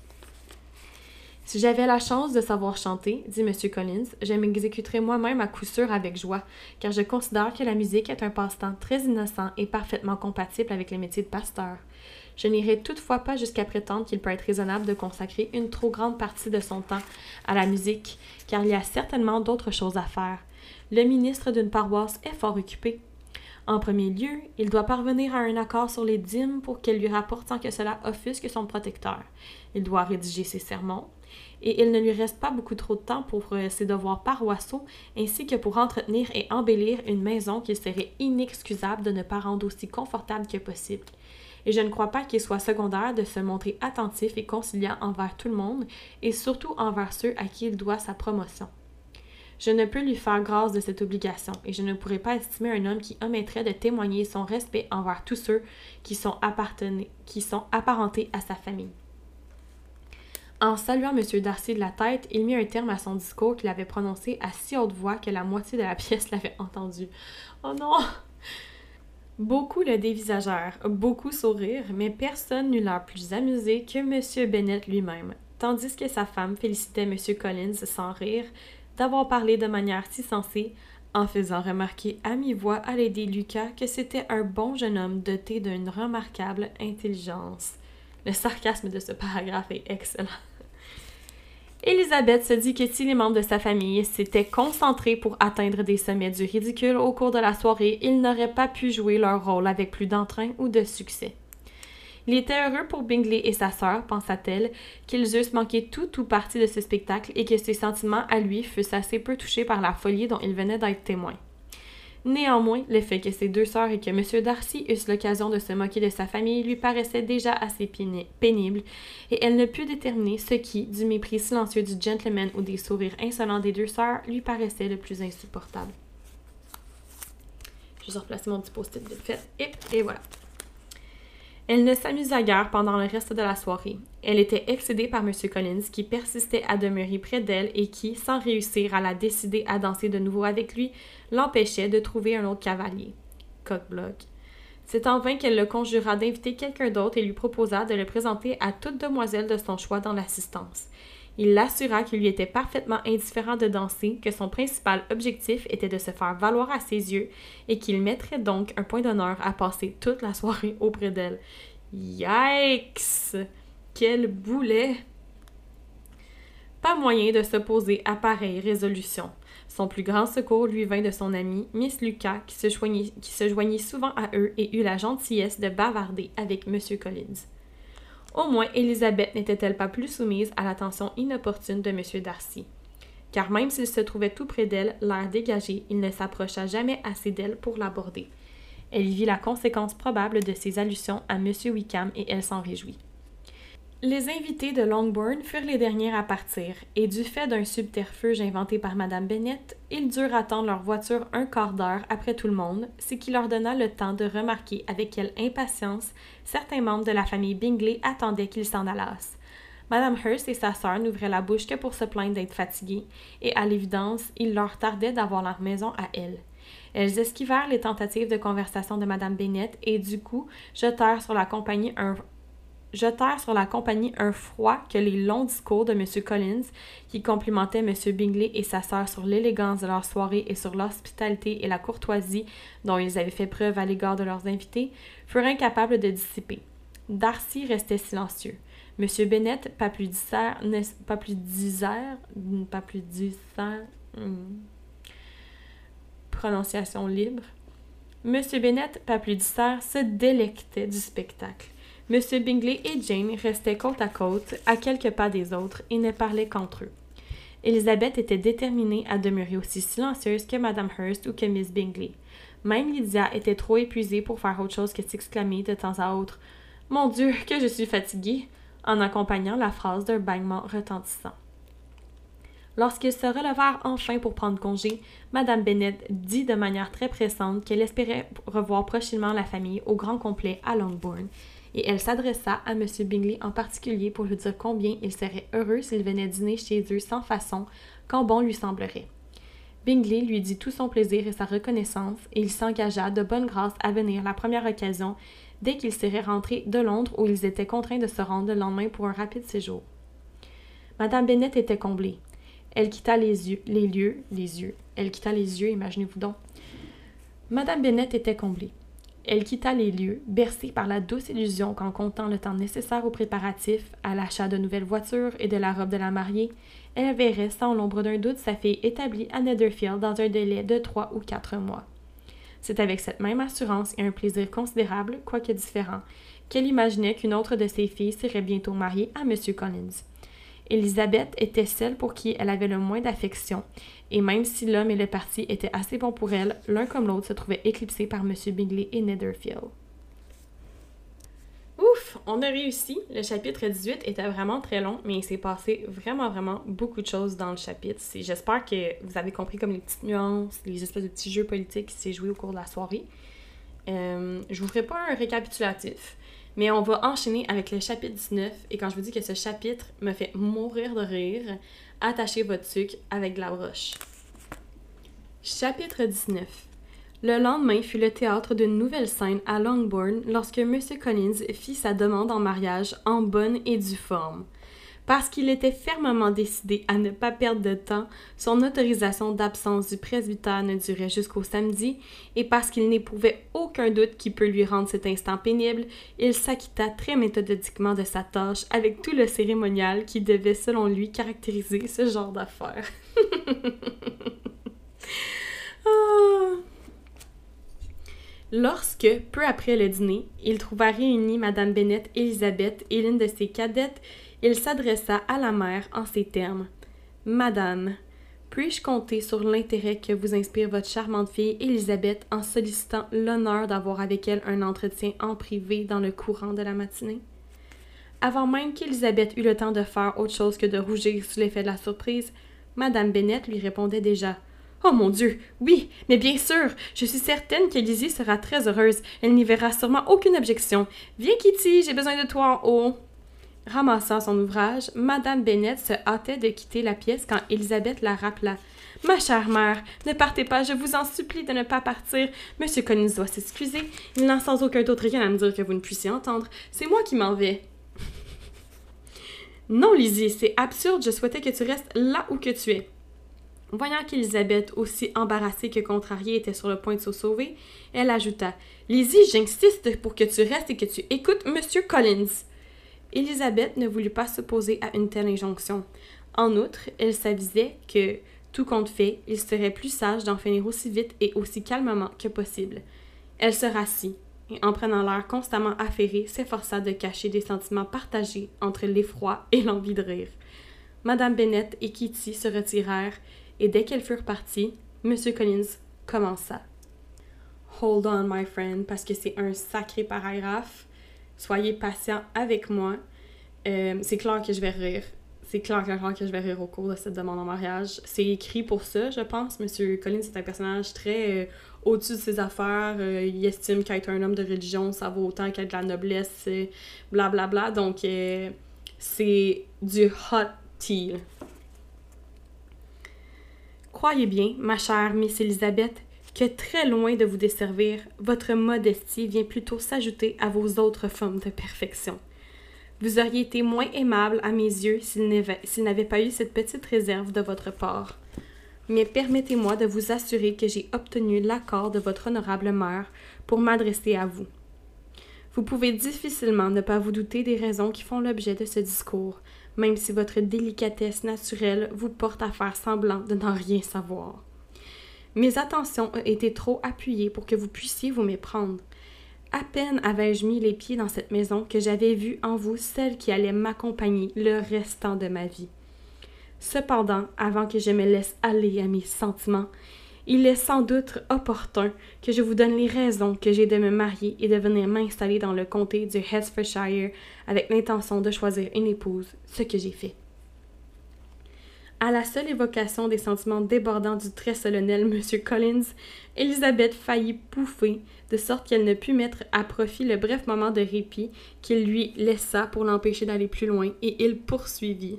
« Si j'avais la chance de savoir chanter, dit M. Collins, je m'exécuterais moi-même à coup sûr avec joie, car je considère que la musique est un passe-temps très innocent et parfaitement compatible avec les métiers de pasteur. Je n'irai toutefois pas jusqu'à prétendre qu'il peut être raisonnable de consacrer une trop grande partie de son temps à la musique, car il y a certainement d'autres choses à faire. Le ministre d'une paroisse est fort occupé. En premier lieu, il doit parvenir à un accord sur les dîmes pour qu'elles lui rapportent sans que cela offusque son protecteur. Il doit rédiger ses sermons, et il ne lui reste pas beaucoup trop de temps pour euh, ses devoirs paroissiaux, ainsi que pour entretenir et embellir une maison qu'il serait inexcusable de ne pas rendre aussi confortable que possible. Et je ne crois pas qu'il soit secondaire de se montrer attentif et conciliant envers tout le monde, et surtout envers ceux à qui il doit sa promotion. Je ne peux lui faire grâce de cette obligation, et je ne pourrais pas estimer un homme qui omettrait de témoigner son respect envers tous ceux qui sont, qui sont apparentés à sa famille. » En saluant M. Darcy de la tête, il mit un terme à son discours qu'il avait prononcé à si haute voix que la moitié de la pièce l'avait entendu. Oh non! Beaucoup le dévisagèrent, beaucoup sourirent, mais personne n'eut l'air plus amusé que M. Bennet lui-même, tandis que sa femme félicitait M. Collins sans rire d'avoir parlé de manière si sensée, en faisant remarquer à mi-voix à Lady Lucas que c'était un bon jeune homme doté d'une remarquable intelligence. Le sarcasme de ce paragraphe est excellent. Élisabeth se dit que si les membres de sa famille s'étaient concentrés pour atteindre des sommets du ridicule au cours de la soirée, ils n'auraient pas pu jouer leur rôle avec plus d'entrain ou de succès. Il était heureux pour Bingley et sa sœur, pensa-t-elle, qu'ils eussent manqué tout ou partie de ce spectacle et que ses sentiments à lui fussent assez peu touchés par la folie dont il venait d'être témoin. Néanmoins, le fait que ses deux sœurs et que M. Darcy eussent l'occasion de se moquer de sa famille lui paraissait déjà assez pénible, et elle ne put déterminer ce qui, du mépris silencieux du gentleman ou des sourires insolents des deux sœurs, lui paraissait le plus insupportable. Je vais replacer mon petit post-it vite fait, et, et voilà. Elle ne s'amusa guère pendant le reste de la soirée. Elle était excédée par M. Collins, qui persistait à demeurer près d'elle et qui, sans réussir à la décider à danser de nouveau avec lui, l'empêchait de trouver un autre cavalier. Coq-bloc. C'est en vain qu'elle le conjura d'inviter quelqu'un d'autre et lui proposa de le présenter à toute demoiselle de son choix dans l'assistance. Il l'assura qu'il lui était parfaitement indifférent de danser, que son principal objectif était de se faire valoir à ses yeux et qu'il mettrait donc un point d'honneur à passer toute la soirée auprès d'elle. Yikes! Quel boulet! Pas moyen de s'opposer à pareille résolution. Son plus grand secours lui vint de son amie, Miss Lucas, qui se joignit, qui se joignit souvent à eux et eut la gentillesse de bavarder avec M. Collins. Au moins, Élisabeth n'était-elle pas plus soumise à l'attention inopportune de M. Darcy. Car même s'il se trouvait tout près d'elle, l'air dégagé, il ne s'approcha jamais assez d'elle pour l'aborder. Elle y vit la conséquence probable de ses allusions à M. Wickham et elle s'en réjouit. Les invités de Longbourn furent les derniers à partir, et du fait d'un subterfuge inventé par Madame Bennet, ils durent attendre leur voiture un quart d'heure après tout le monde, ce qui leur donna le temps de remarquer avec quelle impatience certains membres de la famille Bingley attendaient qu'ils s'en allassent. Madame Hurst et sa sœur n'ouvraient la bouche que pour se plaindre d'être fatiguées, et à l'évidence, il leur tardait d'avoir leur maison à elles. Elles esquivèrent les tentatives de conversation de Madame Bennet et du coup jetèrent sur la compagnie un jetèrent sur la compagnie un froid que les longs discours de M. Collins, qui complimentait M. Bingley et sa sœur sur l'élégance de leur soirée et sur l'hospitalité et la courtoisie dont ils avaient fait preuve à l'égard de leurs invités, furent incapables de dissiper. Darcy restait silencieux. M. Bennet, pas plus disert, pas plus disert, pas plus disert, hmm. prononciation libre. M. Bennet, pas plus disert, se délectait du spectacle. M. Bingley et Jane restaient côte à côte, à quelques pas des autres, et ne parlaient qu'entre eux. Elizabeth était déterminée à demeurer aussi silencieuse que Madame Hurst ou que Miss Bingley. Même Lydia était trop épuisée pour faire autre chose que s'exclamer de temps à autre « Mon Dieu, que je suis fatiguée !» en accompagnant la phrase d'un bâillement retentissant. Lorsqu'ils se relevèrent enfin pour prendre congé, Madame Bennet dit de manière très pressante qu'elle espérait revoir prochainement la famille au grand complet à Longbourn, et elle s'adressa à M. Bingley en particulier pour lui dire combien il serait heureux s'il venait dîner chez eux sans façon, quand bon lui semblerait. Bingley lui dit tout son plaisir et sa reconnaissance, et il s'engagea de bonne grâce à venir la première occasion, dès qu'ils seraient rentrés de Londres où ils étaient contraints de se rendre le lendemain pour un rapide séjour. Madame Bennet était comblée. Elle quitta les yeux, les lieux, les yeux, elle quitta les yeux, imaginez-vous donc. Madame Bennet était comblée. Elle quitta les lieux, bercée par la douce illusion qu'en comptant le temps nécessaire aux préparatifs, à l'achat de nouvelles voitures et de la robe de la mariée, elle verrait sans l'ombre d'un doute sa fille établie à Netherfield dans un délai de trois ou quatre mois. C'est avec cette même assurance et un plaisir considérable, quoique différent, qu'elle imaginait qu'une autre de ses filles serait bientôt mariée à M. Collins. Elizabeth était celle pour qui elle avait le moins d'affection, et même si l'homme et le parti étaient assez bons pour elle, l'un comme l'autre se trouvaient éclipsés par M. Bingley et Netherfield. Ouf! On a réussi! Le chapitre dix-huit était vraiment très long, mais il s'est passé vraiment, vraiment beaucoup de choses dans le chapitre. C'est, j'espère que vous avez compris comme les petites nuances, les espèces de petits jeux politiques qui s'est joué au cours de la soirée. Euh, je vous ferai pas un récapitulatif, mais on va enchaîner avec le chapitre dix-neuf, et quand je vous dis que ce chapitre me fait mourir de rire, attachez votre sucre avec de la broche. Chapitre dix-neuf. Le lendemain fut le théâtre d'une nouvelle scène à Longbourn lorsque M. Collins fit sa demande en mariage en bonne et due forme. Parce qu'il était fermement décidé à ne pas perdre de temps, son autorisation d'absence du presbytère ne durait jusqu'au samedi, et parce qu'il n'éprouvait aucun doute qui peut lui rendre cet instant pénible, il s'acquitta très méthodiquement de sa tâche avec tout le cérémonial qui devait, selon lui, caractériser ce genre d'affaires. oh. Lorsque, peu après le dîner, il trouva réunis Madame Bennet, Elizabeth et l'une de ses cadettes, il s'adressa à la mère en ces termes. « Madame, puis-je compter sur l'intérêt que vous inspire votre charmante fille Elizabeth en sollicitant l'honneur d'avoir avec elle un entretien en privé dans le courant de la matinée? » Avant même qu'Elizabeth eût le temps de faire autre chose que de rougir sous l'effet de la surprise, Madame Bennet lui répondait déjà. « Oh mon Dieu, oui, mais bien sûr, je suis certaine que Lizzie sera très heureuse. Elle n'y verra sûrement aucune objection. Viens, Kitty, j'ai besoin de toi en haut. » Ramassant son ouvrage, Madame Bennet se hâtait de quitter la pièce quand Elizabeth la rappela. « Ma chère mère, ne partez pas, je vous en supplie de ne pas partir. Monsieur Collins doit s'excuser. Il n'a sans aucun autre rien à me dire que vous ne puissiez entendre. C'est moi qui m'en vais. » « Non, Lizzie, c'est absurde, je souhaitais que tu restes là où que tu es. » Voyant qu'Elizabeth, aussi embarrassée que contrariée, était sur le point de se sauver, elle ajouta « Lizzie, j'insiste pour que tu restes et que tu écoutes Monsieur Collins. » Elizabeth ne voulut pas s'opposer à une telle injonction. En outre, elle s'avisait que, tout compte fait, il serait plus sage d'en finir aussi vite et aussi calmement que possible. Elle se rassit, et en prenant l'air constamment affairé, s'efforça de cacher des sentiments partagés entre l'effroi et l'envie de rire. Madame Bennet et Kitty se retirèrent, et dès qu'elles furent parties, M. Collins commença. « Hold on, my friend, parce que c'est un sacré paragraphe. Soyez patient avec moi. Euh, c'est clair que je vais rire. C'est clair, clair, clair que je vais rire au cours de cette demande en mariage. C'est écrit pour ça, je pense. M. Collins est un personnage très euh, au-dessus de ses affaires. Euh, il estime qu'être un homme de religion, ça vaut autant qu'être de la noblesse, euh, blablabla. Bla, bla. Donc, euh, c'est du hot tea. Croyez bien, ma chère Miss Elizabeth, que très loin de vous desservir, votre modestie vient plutôt s'ajouter à vos autres formes de perfection. Vous auriez été moins aimable à mes yeux s'il n'avait, s'il n'avait pas eu cette petite réserve de votre part. Mais permettez-moi de vous assurer que j'ai obtenu l'accord de votre honorable mère pour m'adresser à vous. Vous pouvez difficilement ne pas vous douter des raisons qui font l'objet de ce discours, même si votre délicatesse naturelle vous porte à faire semblant de n'en rien savoir. Mes attentions ont été trop appuyées pour que vous puissiez vous méprendre. À peine avais-je mis les pieds dans cette maison que j'avais vu en vous celle qui allait m'accompagner le restant de ma vie. Cependant, avant que je me laisse aller à mes sentiments, il est sans doute opportun que je vous donne les raisons que j'ai de me marier et de venir m'installer dans le comté du Hertfordshire avec l'intention de choisir une épouse, ce que j'ai fait. À la seule évocation des sentiments débordants du très solennel Monsieur Collins, Elisabeth faillit pouffer, de sorte qu'elle ne put mettre à profit le bref moment de répit qu'il lui laissa pour l'empêcher d'aller plus loin, et il poursuivit.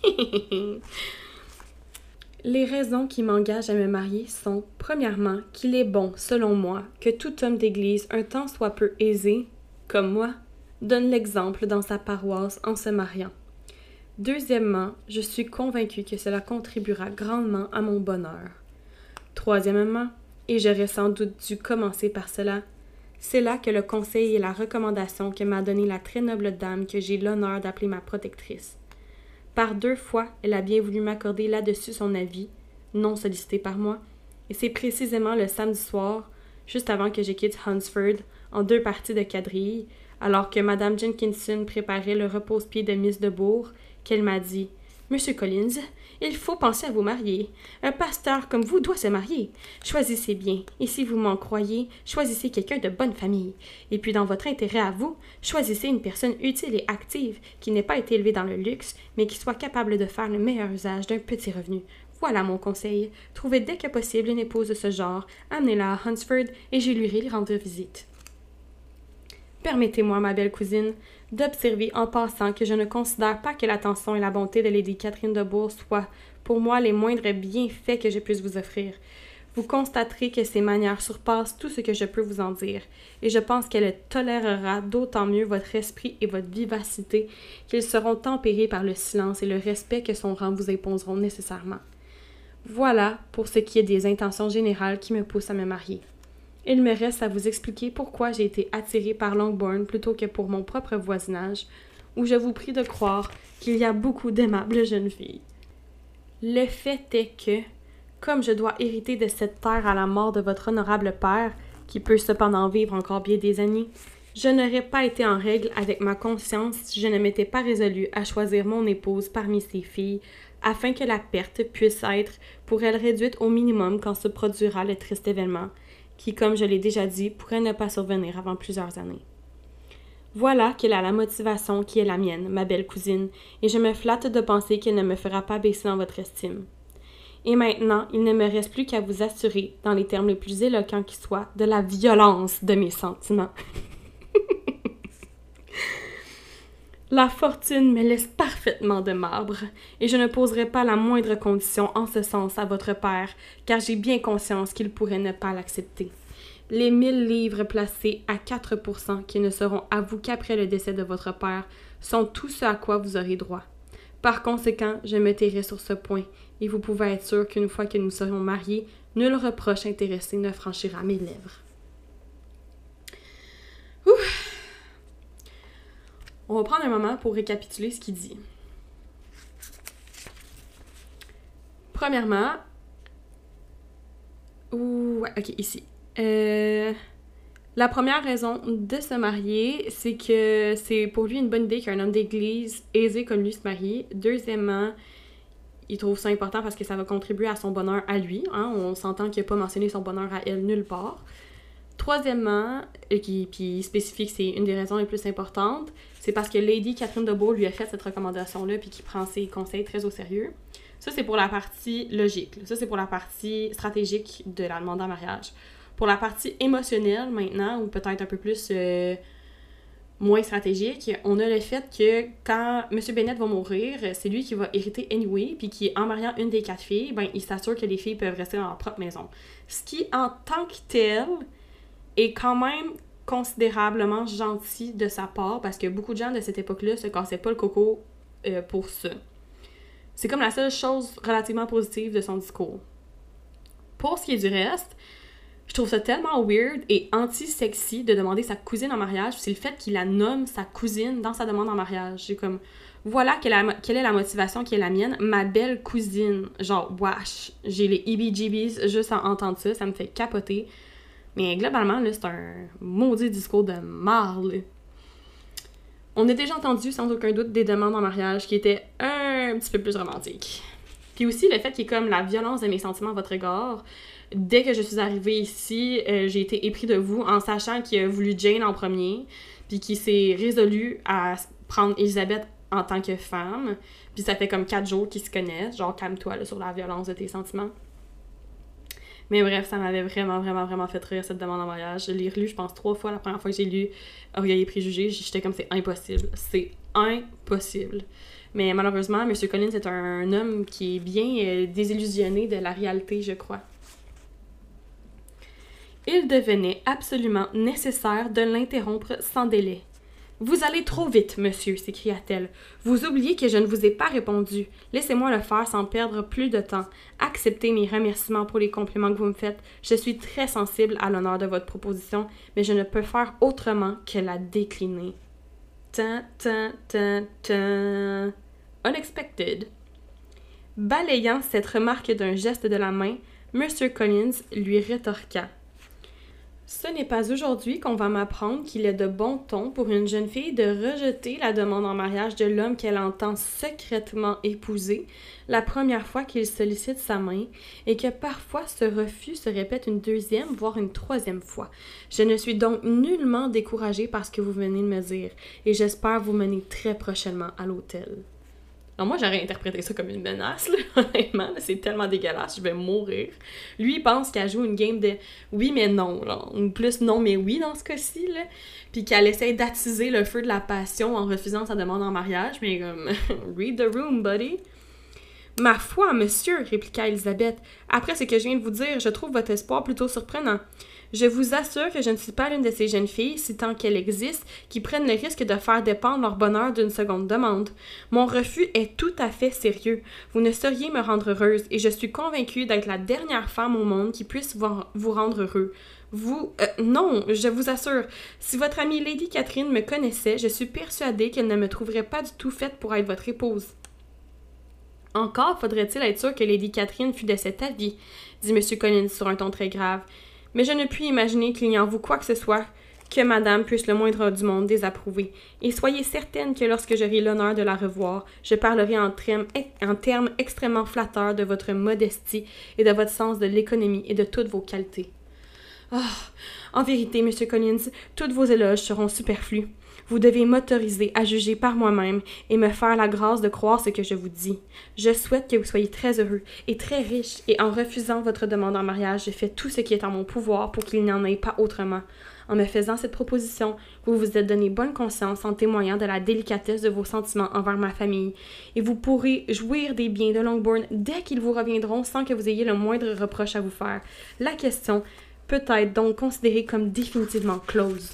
Les raisons qui m'engagent à me marier sont, premièrement, qu'il est bon, selon moi, que tout homme d'Église, un tant soit peu aisé, comme moi, donne l'exemple dans sa paroisse en se mariant. Deuxièmement, je suis convaincue que cela contribuera grandement à mon bonheur. Troisièmement, et j'aurais sans doute dû commencer par cela, c'est là que le conseil et la recommandation que m'a donné la très noble dame que j'ai l'honneur d'appeler ma protectrice. Par deux fois, elle a bien voulu m'accorder là-dessus son avis, non sollicité par moi, et c'est précisément le samedi soir, juste avant que je quitte Hunsford, en deux parties de quadrille, alors que Madame Jenkinson préparait le repose-pied de Miss de Bourg, qu'elle m'a dit « Monsieur Collins, il faut penser à vous marier. Un pasteur comme vous doit se marier. Choisissez bien, et si vous m'en croyez, choisissez quelqu'un de bonne famille. Et puis dans votre intérêt à vous, choisissez une personne utile et active, qui n'ait pas été élevée dans le luxe, mais qui soit capable de faire le meilleur usage d'un petit revenu. Voilà mon conseil. Trouvez dès que possible une épouse de ce genre, amenez-la à Hunsford, et je lui irai rendre visite. Permettez-moi, ma belle cousine, d'observer en passant que je ne considère pas que l'attention et la bonté de Lady Catherine de Bourgh soient, pour moi, les moindres bienfaits que je puisse vous offrir. Vous constaterez que ses manières surpassent tout ce que je peux vous en dire, et je pense qu'elle tolérera d'autant mieux votre esprit et votre vivacité qu'ils seront tempérés par le silence et le respect que son rang vous imposeront nécessairement. Voilà pour ce qui est des intentions générales qui me poussent à me marier. Il me reste à vous expliquer pourquoi j'ai été attirée par Longbourn plutôt que pour mon propre voisinage, où je vous prie de croire qu'il y a beaucoup d'aimables jeunes filles. Le fait est que, comme je dois hériter de cette terre à la mort de votre honorable père, qui peut cependant vivre encore bien des années, je n'aurais pas été en règle avec ma conscience si je ne m'étais pas résolue à choisir mon épouse parmi ses filles, afin que la perte puisse être, pour elle, réduite au minimum quand se produira le triste événement, qui, comme je l'ai déjà dit, pourrait ne pas survenir avant plusieurs années. Voilà quelle est la motivation qui est la mienne, ma belle cousine, et je me flatte de penser qu'elle ne me fera pas baisser dans votre estime. Et maintenant, il ne me reste plus qu'à vous assurer, dans les termes les plus éloquents qui soient, de la violence de mes sentiments. La fortune me laisse parfaitement de marbre, et je ne poserai pas la moindre condition en ce sens à votre père, car j'ai bien conscience qu'il pourrait ne pas l'accepter. Les mille livres placés à quatre pour cent qui ne seront à vous qu'après le décès de votre père sont tout ce à quoi vous aurez droit. Par conséquent, je me tairai sur ce point, et vous pouvez être sûr qu'une fois que nous serons mariés, nul reproche intéressé ne franchira mes lèvres. Ouf! On va prendre un moment pour récapituler ce qu'il dit. Premièrement, ouh, ouais, ok, ici. Euh, la première raison de se marier, c'est que c'est pour lui une bonne idée qu'un homme d'église aisé comme lui se marie. Deuxièmement, il trouve ça important parce que ça va contribuer à son bonheur à lui. Hein? On s'entend qu'il n'a pas mentionné son bonheur à elle nulle part. Troisièmement, et qui, puis il spécifie que c'est une des raisons les plus importantes, c'est parce que Lady Catherine de Bourgh lui a fait cette recommandation-là puis qu'il prend ses conseils très au sérieux. Ça, c'est pour la partie logique. Ça, c'est pour la partie stratégique de la demande en mariage. Pour la partie émotionnelle, maintenant, ou peut-être un peu plus euh, moins stratégique, on a le fait que quand M. Bennet va mourir, c'est lui qui va hériter anyway, puis qui, en mariant une des quatre filles, ben, il s'assure que les filles peuvent rester dans leur propre maison. Ce qui, en tant que tel, est quand même considérablement gentil de sa part parce que beaucoup de gens de cette époque-là se cassaient pas le coco euh, pour ça. C'est comme la seule chose relativement positive de son discours. Pour ce qui est du reste, je trouve ça tellement weird et anti-sexy de demander sa cousine en mariage, c'est le fait qu'il la nomme sa cousine dans sa demande en mariage. J'ai comme, voilà quelle, a, quelle est la motivation qui est la mienne, ma belle cousine. Genre, wesh, j'ai les heebie-jeebies juste à entendre ça, ça me fait capoter. Mais globalement, là, c'est un maudit discours de marde. On a déjà entendu, sans aucun doute, des demandes en mariage qui étaient un petit peu plus romantiques. Puis aussi, le fait qu'il y ait comme la violence de mes sentiments à votre égard. Dès que je suis arrivée ici, euh, j'ai été épris de vous en sachant qu'il a voulu Jane en premier, puis qu'il s'est résolu à prendre Elisabeth en tant que femme. Puis ça fait comme quatre jours qu'ils se connaissent. Genre, calme-toi là, sur la violence de tes sentiments. Mais bref, ça m'avait vraiment, vraiment, vraiment fait rire, cette demande en mariage. Je l'ai relu, je pense, trois fois. La première fois que j'ai lu Orgueil et préjugés, j'étais comme, c'est impossible. C'est impossible. Mais malheureusement, M. Collins est un homme qui est bien euh, désillusionné de la réalité, je crois. Il devenait absolument nécessaire de l'interrompre sans délai. « Vous allez trop vite, monsieur, s'écria-t-elle. Vous oubliez que je ne vous ai pas répondu. Laissez-moi le faire sans perdre plus de temps. Acceptez mes remerciements pour les compliments que vous me faites. Je suis très sensible à l'honneur de votre proposition, mais je ne peux faire autrement que la décliner. » Tan, tan, tan, tan. Unexpected. Balayant cette remarque d'un geste de la main, M. Collins lui rétorqua. Ce n'est pas aujourd'hui qu'on va m'apprendre qu'il est de bon ton pour une jeune fille de rejeter la demande en mariage de l'homme qu'elle entend secrètement épouser la première fois qu'il sollicite sa main et que parfois ce refus se répète une deuxième, voire une troisième fois. Je ne suis donc nullement découragée par ce que vous venez de me dire et j'espère vous mener très prochainement à l'hôtel. Alors moi, j'aurais interprété ça comme une menace, là, honnêtement. Là, c'est tellement dégueulasse, je vais mourir. Lui, il pense qu'elle joue une game de oui mais non, là. Ou plus non mais oui dans ce cas-ci, là. Puis qu'elle essaie d'attiser le feu de la passion en refusant sa demande en mariage, mais comme « read the room, buddy ». « Ma foi, monsieur, répliqua Elisabeth, après ce que je viens de vous dire, je trouve votre espoir plutôt surprenant. Je vous assure que je ne suis pas l'une de ces jeunes filles, si tant qu'elles existent, qui prennent le risque de faire dépendre leur bonheur d'une seconde demande. Mon refus est tout à fait sérieux. Vous ne sauriez me rendre heureuse, et je suis convaincue d'être la dernière femme au monde qui puisse vous rendre heureux. Vous... Euh, non, je vous assure, si votre amie Lady Catherine me connaissait, je suis persuadée qu'elle ne me trouverait pas du tout faite pour être votre épouse. Encore faudrait-il être sûr que Lady Catherine fût de cet avis, dit M. Collins sur un ton très grave. Mais je ne puis imaginer qu'il n'y en vous quoi que ce soit que madame puisse le moindre du monde désapprouver. Et soyez certaine que lorsque j'aurai l'honneur de la revoir, je parlerai en, termes, en termes extrêmement flatteurs de votre modestie et de votre sens de l'économie et de toutes vos qualités. Ah, en vérité, M. Collins, toutes vos éloges seront superflus. Vous devez m'autoriser à juger par moi-même et me faire la grâce de croire ce que je vous dis. Je souhaite que vous soyez très heureux et très riche, et en refusant votre demande en mariage, je fais tout ce qui est en mon pouvoir pour qu'il n'y en ait pas autrement. En me faisant cette proposition, vous vous êtes donné bonne conscience en témoignant de la délicatesse de vos sentiments envers ma famille, et vous pourrez jouir des biens de Longbourn dès qu'ils vous reviendront sans que vous ayez le moindre reproche à vous faire. La question peut être donc considérée comme définitivement close.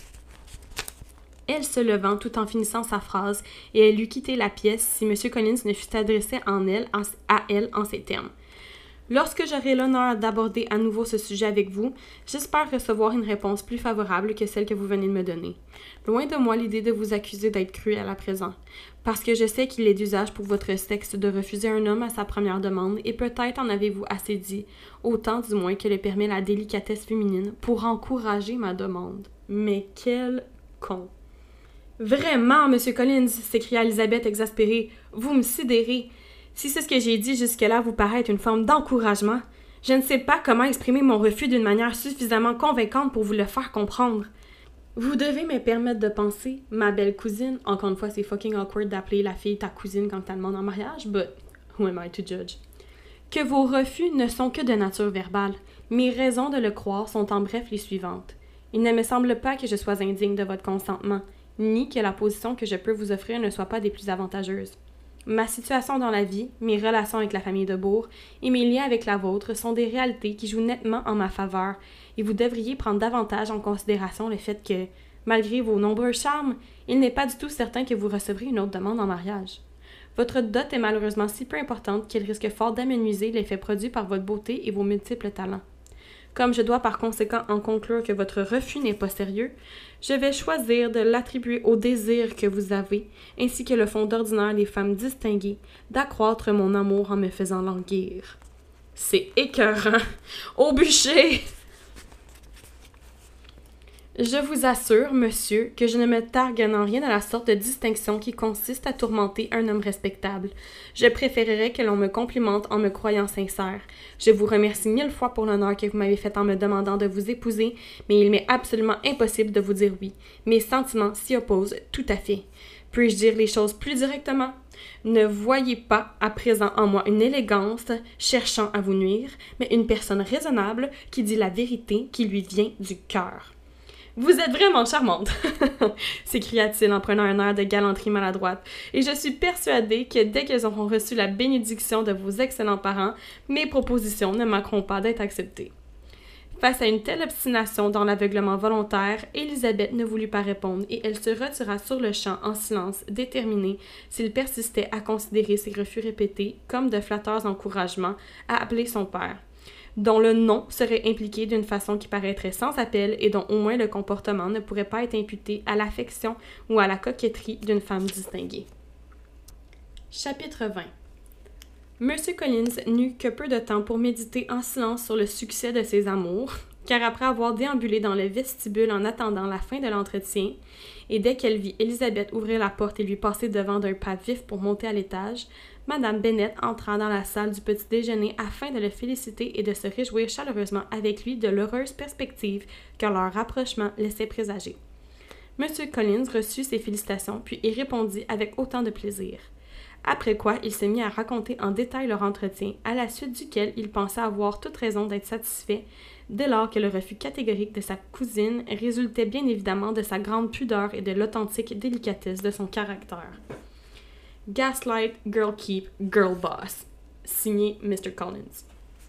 Elle se levant tout en finissant sa phrase, et elle eût quitté la pièce si M. Collins ne fût adressé en elle, en, à elle en ces termes. « Lorsque j'aurai l'honneur d'aborder à nouveau ce sujet avec vous, j'espère recevoir une réponse plus favorable que celle que vous venez de me donner. Loin de moi l'idée de vous accuser d'être cruel à présent, parce que je sais qu'il est d'usage pour votre sexe de refuser un homme à sa première demande, et peut-être en avez-vous assez dit, autant du moins que le permet la délicatesse féminine, pour encourager ma demande. Mais quel con! » « Vraiment, M. Collins, s'écria Elisabeth exaspérée, vous me sidérez. Si c'est ce que j'ai dit jusque-là vous paraît être une forme d'encouragement, je ne sais pas comment exprimer mon refus d'une manière suffisamment convaincante pour vous le faire comprendre. Vous devez me permettre de penser, ma belle cousine, encore une fois c'est fucking awkward d'appeler la fille ta cousine quand t'as demande en mariage, but who am I to judge? Que vos refus ne sont que de nature verbale. Mes raisons de le croire sont en bref les suivantes. Il ne me semble pas que je sois indigne de votre consentement, ni que la position que je peux vous offrir ne soit pas des plus avantageuses. Ma situation dans la vie, mes relations avec la famille de Bourg et mes liens avec la vôtre sont des réalités qui jouent nettement en ma faveur et vous devriez prendre davantage en considération le fait que, malgré vos nombreux charmes, il n'est pas du tout certain que vous recevrez une autre demande en mariage. Votre dot est malheureusement si peu importante qu'elle risque fort d'amenuiser l'effet produit par votre beauté et vos multiples talents. Comme je dois par conséquent en conclure que votre refus n'est pas sérieux, je vais choisir de l'attribuer au désir que vous avez, ainsi que le font d'ordinaire les femmes distinguées, d'accroître mon amour en me faisant languir. C'est écœurant! Au bûcher! Je vous assure, monsieur, que je ne me targue en rien à la sorte de distinction qui consiste à tourmenter un homme respectable. Je préférerais que l'on me complimente en me croyant sincère. Je vous remercie mille fois pour l'honneur que vous m'avez fait en me demandant de vous épouser, mais il m'est absolument impossible de vous dire oui. Mes sentiments s'y opposent tout à fait. Puis-je dire les choses plus directement? Ne voyez pas à présent en moi une élégance cherchant à vous nuire, mais une personne raisonnable qui dit la vérité qui lui vient du cœur. Vous êtes vraiment charmante, s'écria-t-il en prenant un air de galanterie maladroite, et je suis persuadée que dès qu'elles auront reçu la bénédiction de vos excellents parents, mes propositions ne manqueront pas d'être acceptées. Face à une telle obstination dans l'aveuglement volontaire, Élisabeth ne voulut pas répondre et elle se retira sur le champ en silence, déterminée, s'il persistait à considérer ses refus répétés comme de flatteurs encouragements, à appeler son père, dont le nom serait impliqué d'une façon qui paraîtrait sans appel et dont au moins le comportement ne pourrait pas être imputé à l'affection ou à la coquetterie d'une femme distinguée. Chapitre vingt. Monsieur Collins n'eut que peu de temps pour méditer en silence sur le succès de ses amours, car après avoir déambulé dans le vestibule en attendant la fin de l'entretien, et dès qu'elle vit Élisabeth ouvrir la porte et lui passer devant d'un pas vif pour monter à l'étage, Madame Bennet entra dans la salle du petit déjeuner afin de le féliciter et de se réjouir chaleureusement avec lui de l'heureuse perspective que leur rapprochement laissait présager. Monsieur Collins reçut ses félicitations puis y répondit avec autant de plaisir. Après quoi, il se mit à raconter en détail leur entretien, à la suite duquel il pensait avoir toute raison d'être satisfait, dès lors que le refus catégorique de sa cousine résultait bien évidemment de sa grande pudeur et de l'authentique délicatesse de son caractère. Gaslight, Girl Keep, Girl Boss. Signé mister Collins.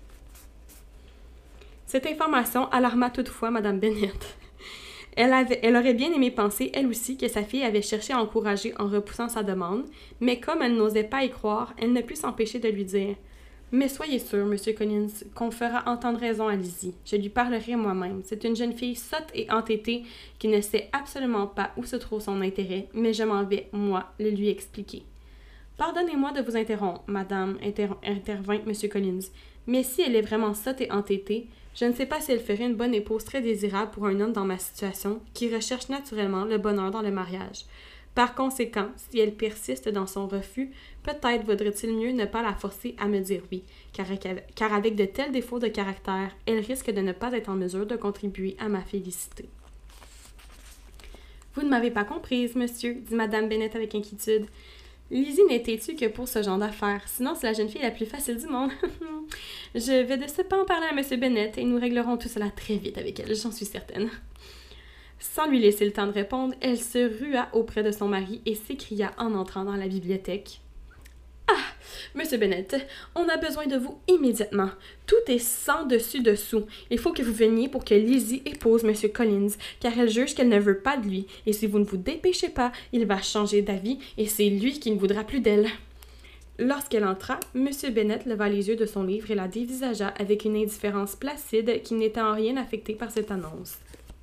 Cette information alarma toutefois Madame Bennet. Elle, avait, elle aurait bien aimé penser, elle aussi, que sa fille avait cherché à encourager en repoussant sa demande, mais comme elle n'osait pas y croire, elle ne put s'empêcher de lui dire « Mais soyez sûr, monsieur Collins, qu'on fera entendre raison à Lizzie. Je lui parlerai moi-même. C'est une jeune fille sotte et entêtée qui ne sait absolument pas où se trouve son intérêt, mais je m'en vais, moi, le lui expliquer. » « Pardonnez-moi de vous interrompre, madame, inter intervint monsieur Collins, mais si elle est vraiment sotte et entêtée, je ne sais pas si elle ferait une bonne épouse très désirable pour un homme dans ma situation, qui recherche naturellement le bonheur dans le mariage. Par conséquent, si elle persiste dans son refus, peut-être vaudrait-il mieux ne pas la forcer à me dire oui, car, car avec de tels défauts de caractère, elle risque de ne pas être en mesure de contribuer à ma félicité. » « Vous ne m'avez pas comprise, monsieur, dit madame Bennet avec inquiétude. Lizzie n'est têtue que pour ce genre d'affaires, sinon c'est la jeune fille la plus facile du monde. Je vais de ce pas en parler à monsieur Bennet et nous réglerons tout cela très vite avec elle, j'en suis certaine. » Sans lui laisser le temps de répondre, elle se rua auprès de son mari et s'écria en entrant dans la bibliothèque. « Ah, monsieur Bennet, on a besoin de vous immédiatement. Tout est sans dessus-dessous. Il faut que vous veniez pour que Lizzie épouse monsieur Collins, car elle juge qu'elle ne veut pas de lui, et si vous ne vous dépêchez pas, il va changer d'avis, et c'est lui qui ne voudra plus d'elle. » Lorsqu'elle entra, monsieur Bennet leva les yeux de son livre et la dévisagea avec une indifférence placide qui n'était en rien affectée par cette annonce.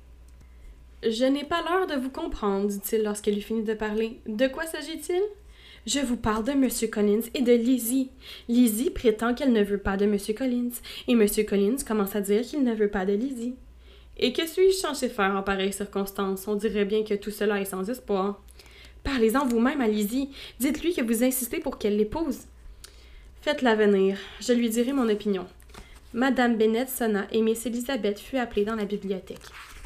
« Je n'ai pas l'heure de vous comprendre, dit-il lorsqu'elle eut fini de parler. De quoi s'agit-il? Je vous parle de monsieur Collins et de Lizzie. Lizzie prétend qu'elle ne veut pas de monsieur Collins, et monsieur Collins commence à dire qu'il ne veut pas de Lizzie. Et que suis-je censé faire en pareille circonstance? On dirait bien que tout cela est sans espoir. Parlez-en vous-même à Lizzie. Dites-lui que vous insistez pour qu'elle l'épouse. Faites-la venir. Je lui dirai mon opinion. Madame Bennet sonna et Miss Élisabeth fut appelée dans la bibliothèque.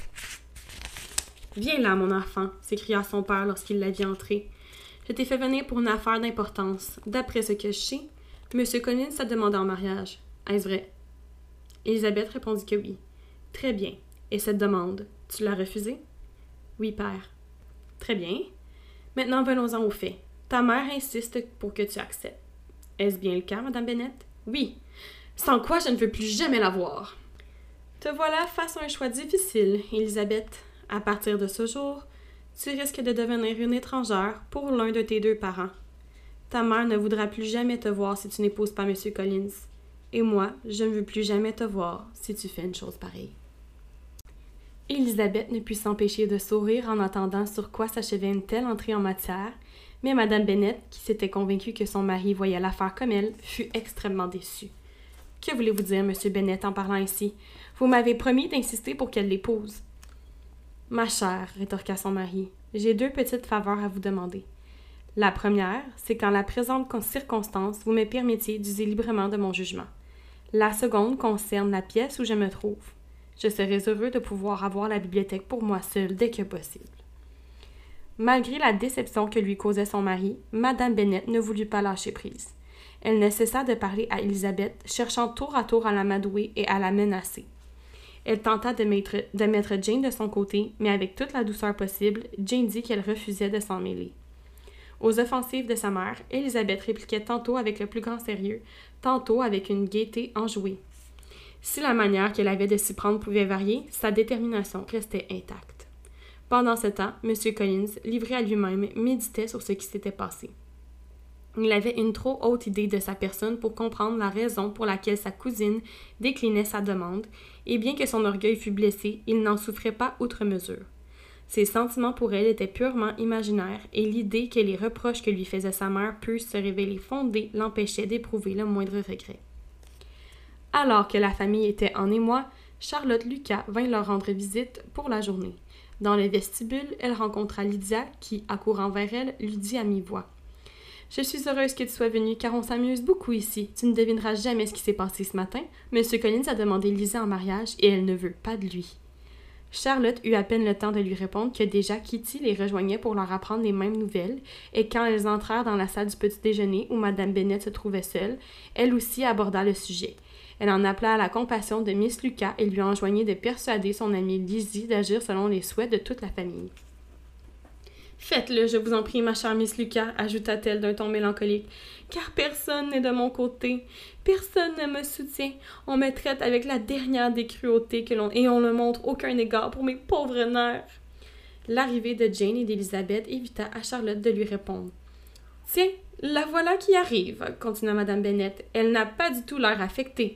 « Viens là, mon enfant, s'écria son père lorsqu'il la vit entrer. Je t'ai fait venir pour une affaire d'importance. D'après ce que je sais, M. Collins t'a demandé en mariage. Est-ce vrai? » Élisabeth répondit que oui. « Très bien. Et cette demande, tu l'as refusée? »« Oui, père. »« Très bien. Maintenant, venons-en aux faits. Ta mère insiste pour que tu acceptes. Est-ce bien le cas, Madame Bennet? Oui. Sans quoi je ne veux plus jamais la voir. Te voilà face à un choix difficile, Elisabeth. À partir de ce jour, tu risques de devenir une étrangère pour l'un de tes deux parents. Ta mère ne voudra plus jamais te voir si tu n'épouses pas M. Collins. Et moi, je ne veux plus jamais te voir si tu fais une chose pareille. Elisabeth ne put s'empêcher de sourire en entendant sur quoi s'achevait une telle entrée en matière, mais Madame Bennet, qui s'était convaincue que son mari voyait l'affaire comme elle, fut extrêmement déçue. « Que voulez-vous dire, Monsieur Bennet, en parlant ainsi? Vous m'avez promis d'insister pour qu'elle l'épouse. »« Ma chère, rétorqua son mari, j'ai deux petites faveurs à vous demander. La première, c'est qu'en la présente circonstance, vous me permettiez d'user librement de mon jugement. La seconde concerne la pièce où je me trouve. Je serais heureux de pouvoir avoir la bibliothèque pour moi seule dès que possible. » Malgré la déception que lui causait son mari, Madame Bennet ne voulut pas lâcher prise. Elle ne cessa de parler à Elisabeth, cherchant tour à tour à l'amadouer et à la menacer. Elle tenta de mettre, de mettre Jane de son côté, mais avec toute la douceur possible, Jane dit qu'elle refusait de s'en mêler. Aux offensives de sa mère, Elisabeth répliquait tantôt avec le plus grand sérieux, tantôt avec une gaieté enjouée. Si la manière qu'elle avait de s'y prendre pouvait varier, sa détermination restait intacte. Pendant ce temps, M. Collins, livré à lui-même, méditait sur ce qui s'était passé. Il avait une trop haute idée de sa personne pour comprendre la raison pour laquelle sa cousine déclinait sa demande, et bien que son orgueil fût blessé, il n'en souffrait pas outre mesure. Ses sentiments pour elle étaient purement imaginaires, et l'idée que les reproches que lui faisait sa mère pussent se révéler fondés l'empêchait d'éprouver le moindre regret. Alors que la famille était en émoi, Charlotte Lucas vint leur rendre visite pour la journée. Dans le vestibule, elle rencontra Lydia qui, accourant vers elle, lui dit à mi-voix. « Je suis heureuse que tu sois venue car on s'amuse beaucoup ici. Tu ne devineras jamais ce qui s'est passé ce matin. Monsieur Collins a demandé Lisa en mariage et elle ne veut pas de lui. » Charlotte eut à peine le temps de lui répondre que déjà Kitty les rejoignait pour leur apprendre les mêmes nouvelles, et quand elles entrèrent dans la salle du petit déjeuner où Madame Bennet se trouvait seule, elle aussi aborda le sujet. Elle en appela à la compassion de Miss Lucas et lui enjoignit de persuader son amie Lizzie d'agir selon les souhaits de toute la famille. « Faites-le, je vous en prie, ma chère Miss Lucas, ajouta-t-elle d'un ton mélancolique, car personne n'est de mon côté. Personne ne me soutient. On me traite avec la dernière des cruautés que l'on, et on ne montre aucun égard pour mes pauvres nerfs. » L'arrivée de Jane et d'Elisabeth évita à Charlotte de lui répondre. « Tiens, la voilà qui arrive, » continua Madame Bennet. « Elle n'a pas du tout l'air affectée.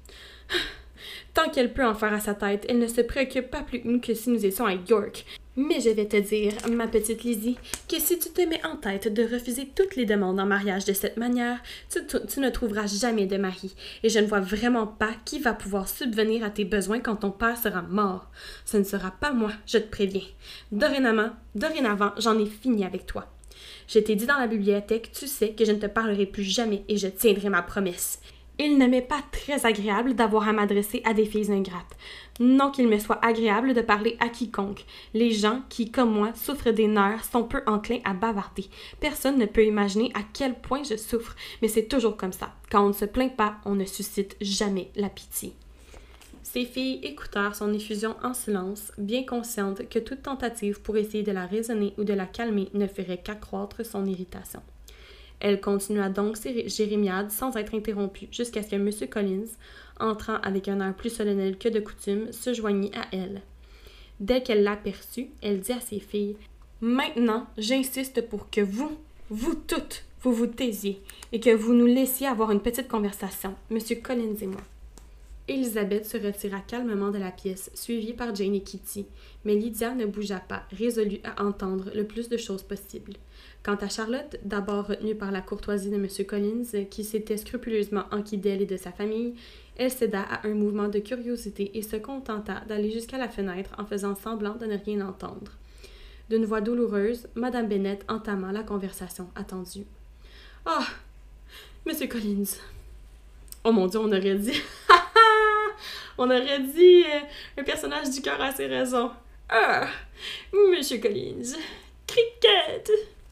Tant qu'elle peut en faire à sa tête, elle ne se préoccupe pas plus que nous que si nous étions à York. Mais je vais te dire, ma petite Lizzie, que si tu te mets en tête de refuser toutes les demandes en mariage de cette manière, tu, tu, tu ne trouveras jamais de mari. Et je ne vois vraiment pas qui va pouvoir subvenir à tes besoins quand ton père sera mort. Ce ne sera pas moi, je te préviens. Dorénavant, dorénavant, j'en ai fini avec toi. Je t'ai dit dans la bibliothèque, tu sais que je ne te parlerai plus jamais et je tiendrai ma promesse. Il ne m'est pas très agréable d'avoir à m'adresser à des filles ingrates. Non qu'il me soit agréable de parler à quiconque. Les gens qui, comme moi, souffrent des nerfs sont peu enclins à bavarder. Personne ne peut imaginer à quel point je souffre, mais c'est toujours comme ça. Quand on ne se plaint pas, on ne suscite jamais la pitié. Ces filles écoutèrent son effusion en silence, bien conscientes que toute tentative pour essayer de la raisonner ou de la calmer ne ferait qu'accroître son irritation. Elle continua donc ses jérémiades sans être interrompue jusqu'à ce que M. Collins, entrant avec un air plus solennel que de coutume, se joignit à elle. Dès qu'elle l'aperçut, elle dit à ses filles « Maintenant, j'insiste pour que vous, vous toutes, vous vous taisiez et que vous nous laissiez avoir une petite conversation, M. Collins et moi. » Elisabeth se retira calmement de la pièce, suivie par Jane et Kitty, mais Lydia ne bougea pas, résolue à entendre le plus de choses possible. Quant à Charlotte, d'abord retenue par la courtoisie de M. Collins, qui s'était scrupuleusement enquis d'elle et de sa famille, elle céda à un mouvement de curiosité et se contenta d'aller jusqu'à la fenêtre en faisant semblant de ne rien entendre. D'une voix douloureuse, Madame Bennet entama la conversation attendue. « Ah! Monsieur Collins! Oh mon Dieu, on aurait dit... on aurait dit euh, un personnage du cœur a ses raisons. Ah! Monsieur Collins! Cricket! »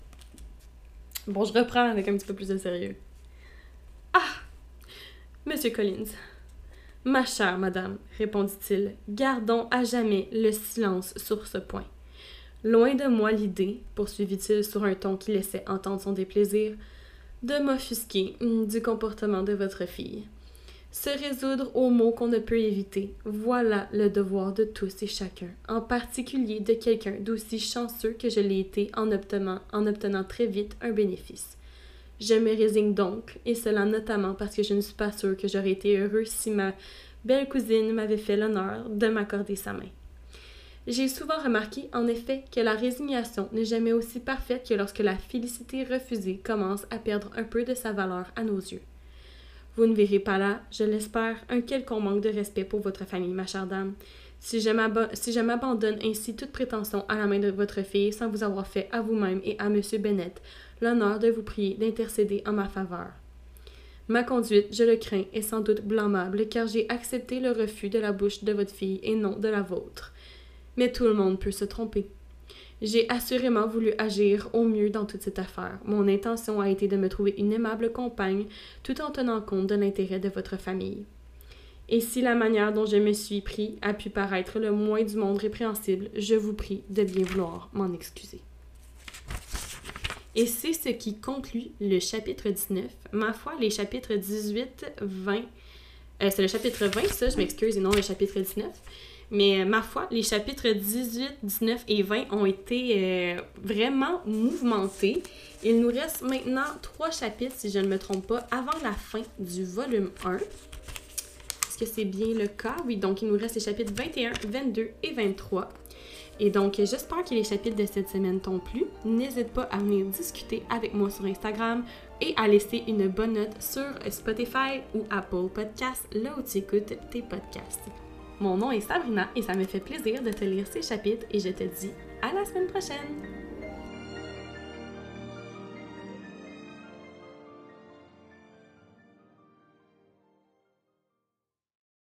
Bon, je reprends avec un petit peu plus de sérieux. « Ah! Monsieur Collins! »« Ma chère madame, répondit-il, gardons à jamais le silence sur ce point. Loin de moi l'idée, poursuivit-il sur un ton qui laissait entendre son déplaisir, de m'offusquer du comportement de votre fille. Se résoudre aux maux qu'on ne peut éviter, voilà le devoir de tous et chacun, en particulier de quelqu'un d'aussi chanceux que je l'ai été en obtenant, en obtenant très vite un bénéfice. Je me résigne donc, et cela notamment parce que je ne suis pas sûre que j'aurais été heureux si ma belle cousine m'avait fait l'honneur de m'accorder sa main. J'ai souvent remarqué, en effet, que la résignation n'est jamais aussi parfaite que lorsque la félicité refusée commence à perdre un peu de sa valeur à nos yeux. Vous ne verrez pas là, je l'espère, un quelconque manque de respect pour votre famille, ma chère dame. Si je, m'ab- si je m'abandonne ainsi toute prétention à la main de votre fille sans vous avoir fait à vous-même et à M. Bennett l'honneur de vous prier d'intercéder en ma faveur. Ma conduite, je le crains, est sans doute blâmable, car j'ai accepté le refus de la bouche de votre fille et non de la vôtre. Mais tout le monde peut se tromper. J'ai assurément voulu agir au mieux dans toute cette affaire. Mon intention a été de me trouver une aimable compagne, tout en tenant compte de l'intérêt de votre famille. Et si la manière dont je me suis pris a pu paraître le moins du monde répréhensible, je vous prie de bien vouloir m'en excuser. Et c'est ce qui conclut le chapitre dix-neuf. Ma foi, les chapitres dix-huit, vingt... Euh, c'est le chapitre vingt, ça, je m'excuse, et non le chapitre dix-neuf. Mais ma foi, les chapitres dix-huit, dix-neuf et vingt ont été euh, vraiment mouvementés. Il nous reste maintenant trois chapitres, si je ne me trompe pas, avant la fin du volume un. Est-ce que c'est bien le cas? Oui, donc il nous reste les chapitres vingt et un, vingt-deux et vingt-trois. Et donc, j'espère que les chapitres de cette semaine t'ont plu. N'hésite pas à venir discuter avec moi sur Instagram et à laisser une bonne note sur Spotify ou Apple Podcasts, là où tu écoutes tes podcasts. Mon nom est Sabrina et ça me fait plaisir de te lire ces chapitres et je te dis à la semaine prochaine!